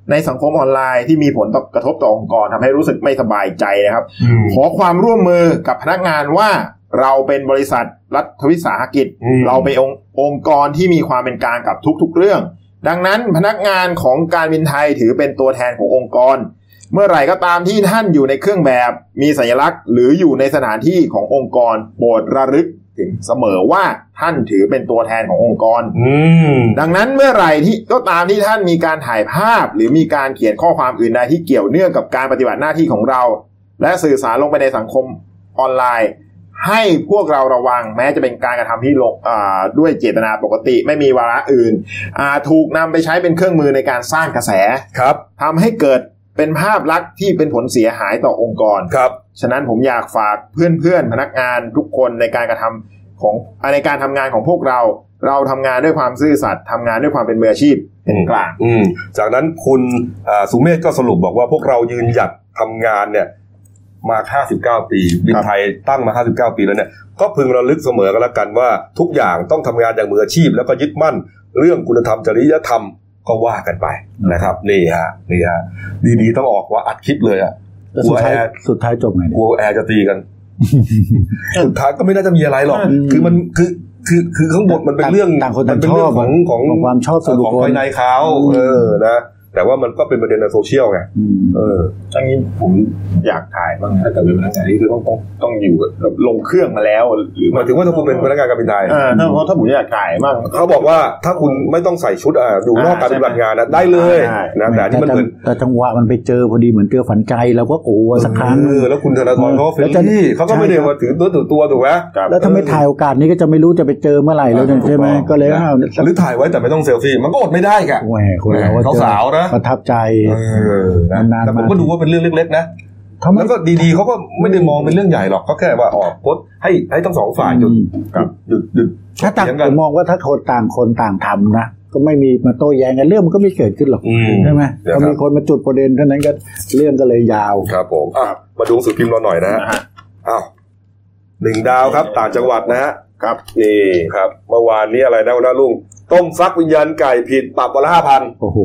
ในสังคมออนไลน์ที่มีผลกระทบต่อองค์กรทำให้รู้สึกไม่สบายใจนะครับขอความร่วมมือกับพนักงานว่าเราเป็นบริษัทรัฐวิสาหกิจเราเป็นองค์กรที่มีความเป็นกลางกับทุกๆเรื่องดังนั้นพนักงานของการบินไทยถือเป็นตัวแทนขององค์กรเมื่อไหร่ก็ตามที่ท่านอยู่ในเครื่องแบบมีสัญลักษณ์หรืออยู่ในสถานที่ขององค์กรโปรดระลึกถึงเสมอว่าท่านถือเป็นตัวแทนขององค์กรดังนั้นเมื่อไหร่ที่ก็ตามที่ท่านมีการถ่ายภาพหรือมีการเขียนข้อความอื่นใดที่เกี่ยวเนื่องกับการปฏิบัติหน้าที่ของเราและสื่อสารลงไปในสังคมออนไลน์ให้พวกเราระวังแม้จะเป็นการกระทำที่ด้วยเจตนาปกติไม่มีวาระอื่นถูกนำไปใช้เป็นเครื่องมือในการสร้างกระแสครับทำให้เกิดเป็นภาพลักษณ์ที่เป็นผลเสียหายต่อองค์กรครับฉะนั้นผมอยากฝากเพื่อนๆพนักงานทุกคนในการกระทำของในการทำงานของพวกเราทำงานด้วยความซื่อสัตย์ทำงานด้วยความเป็นมืออาชีพเป็นกลาง
จากนั้นคุณสุเมธก็สรุปบอกว่าพวกเรายืนหยัดทำงานเนี่ยมา59ปีบินไทยตั้งมา59ปีแล้วเนี่ยก็พึงระลึกเสมอกันแล้วกันว่าทุกอย่างต้องทำงานอย่างมืออาชีพแล้วก็ยึดมั่นเรื่องคุณธรรมจริยธรรมก็ว่ากันไปนะครับนี่ฮะดีๆต้องออกว่าอัดคลิปเลยอ่ะ
สุดท้ายจบไง
กลัวแอร์จะตีกันสุดท้ายก็ไม่น่าจะมีอะไรหรอกคือมันคือข้างบนมันเป็นเรื่อง
มันเป็นเรื่องของความชอบส่วนบุคคล
ของภายในเขานะแต่ว่ามันก็เป็นประเด็นในโซเชียลไง
ทั้งนี้ผมอยากถ่ายบ้างถ้าเกิดเป็นพนักงานที่คือต้องอยู่ลงเครื่องมาแล้วหรือ
หมายถึงว่าถ้าคุณเป็นพนักงานการบินไทย
ถ้าผมอยากถ่ายบ้าง
เขาบอกว่าถ้าคุณไม่ต้องใส่ชุดอยู่นอกการปฏิบัติงานได้เลยนะแต่ที่มันเหมือน
แต่จังหวะมันไปเจอพอดีเหมือนเจอฝันใจแล้วก็โอ้สักครั้ง
แล้วคุณธนาธรเขาเฟรนลี่เขาก็ไม่ได้มาถือตัวถูกไหม
แล้วถ้าไม่ถ่ายโอกาสนี้ก็จะไม่รู้จะไปเจอเมื่อไหร่แล้วใช่ไหมก็เลย
หรือถ่ายไว้แต่ไม่ต้องเซลฟี่มันก็อดไม่ได้ค่ะเขาสาวนะ
ประทับใจ
แต่ผมก็ดูว่าเป็นเรื่องเล็กๆนะแล้วก็ดีๆเขาก็ไม่ได้มองเป็นเรื่องใหญ่หรอกเขาแค่ว่าออกโพสให้ทั้งสองฝ่ายหยุด
ถ้าต่างผมมองว่าถ้าคนต่างทำนะก็ไม่มีมาโต้แย้งกันเรื่องมันก็ไม่เกิดขึ้นหรอกใช่ไหมพอมีคนมาจุดประเด็นเท่านั้นก็เรื่องก็เลยยาว
ครับผมมาดูสื่อพิมพ์เราหน่อยนะฮะ1 ดาวครับต่างจังหวัดนะฮะครับนี่ครับเมื่อวานนี้อะไรนะลุงต้มฟักวิญญาณไก่ผิดปรับวันละ 5,000
โอ้โห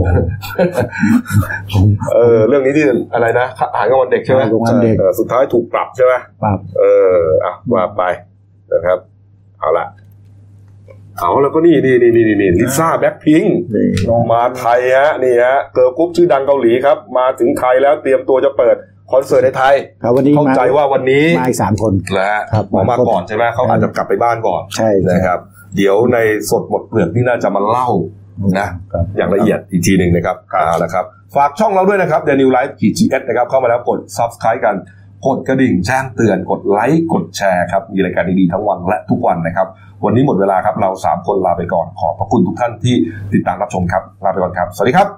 เรื่องนี้ที่อะไรนะอาหารกลางวันเด็กใช่ไหมสุดท้ายถูกปรับใช่ไหม
ปรับ
ว่าไปนะครับเอาแล้วก็นี่ลิซ่าแบล็คพิงค์มาไทยฮะนี่ฮะเกิร์ลกรุ๊ปชื่อดังเกาหลีครับมาถึงไทยแล้วเตรียมตัวจะเปิดคอนเสิร์ตในไทยเข้าใจว่าวันนี้
มาอีก3 คน
แล้วมาก่อนใช่ไหมเขาอาจจะกลับไปบ้านก่อน
ใช่
นะครับเดี๋ยวในสดหมดเปลือกที่น่าจะมาเล่านะอย่างละเอียดอีกทีหนึ่งนะครับนะครับฝากช่องเราด้วยนะครับ The New Life GS นะครับเข้ามาแล้วกด Subscribe กันกดกระดิ่งแจ้งเตือนกดไลค์กดแชร์ครับมีรายการดีๆทั้งวันและทุกวันนะครับวันนี้หมดเวลาครับเรา3 คนลาไปก่อนขอบพระคุณทุกท่านที่ติดตามรับชมครับลาไปก่อนครับสวัสดีครับ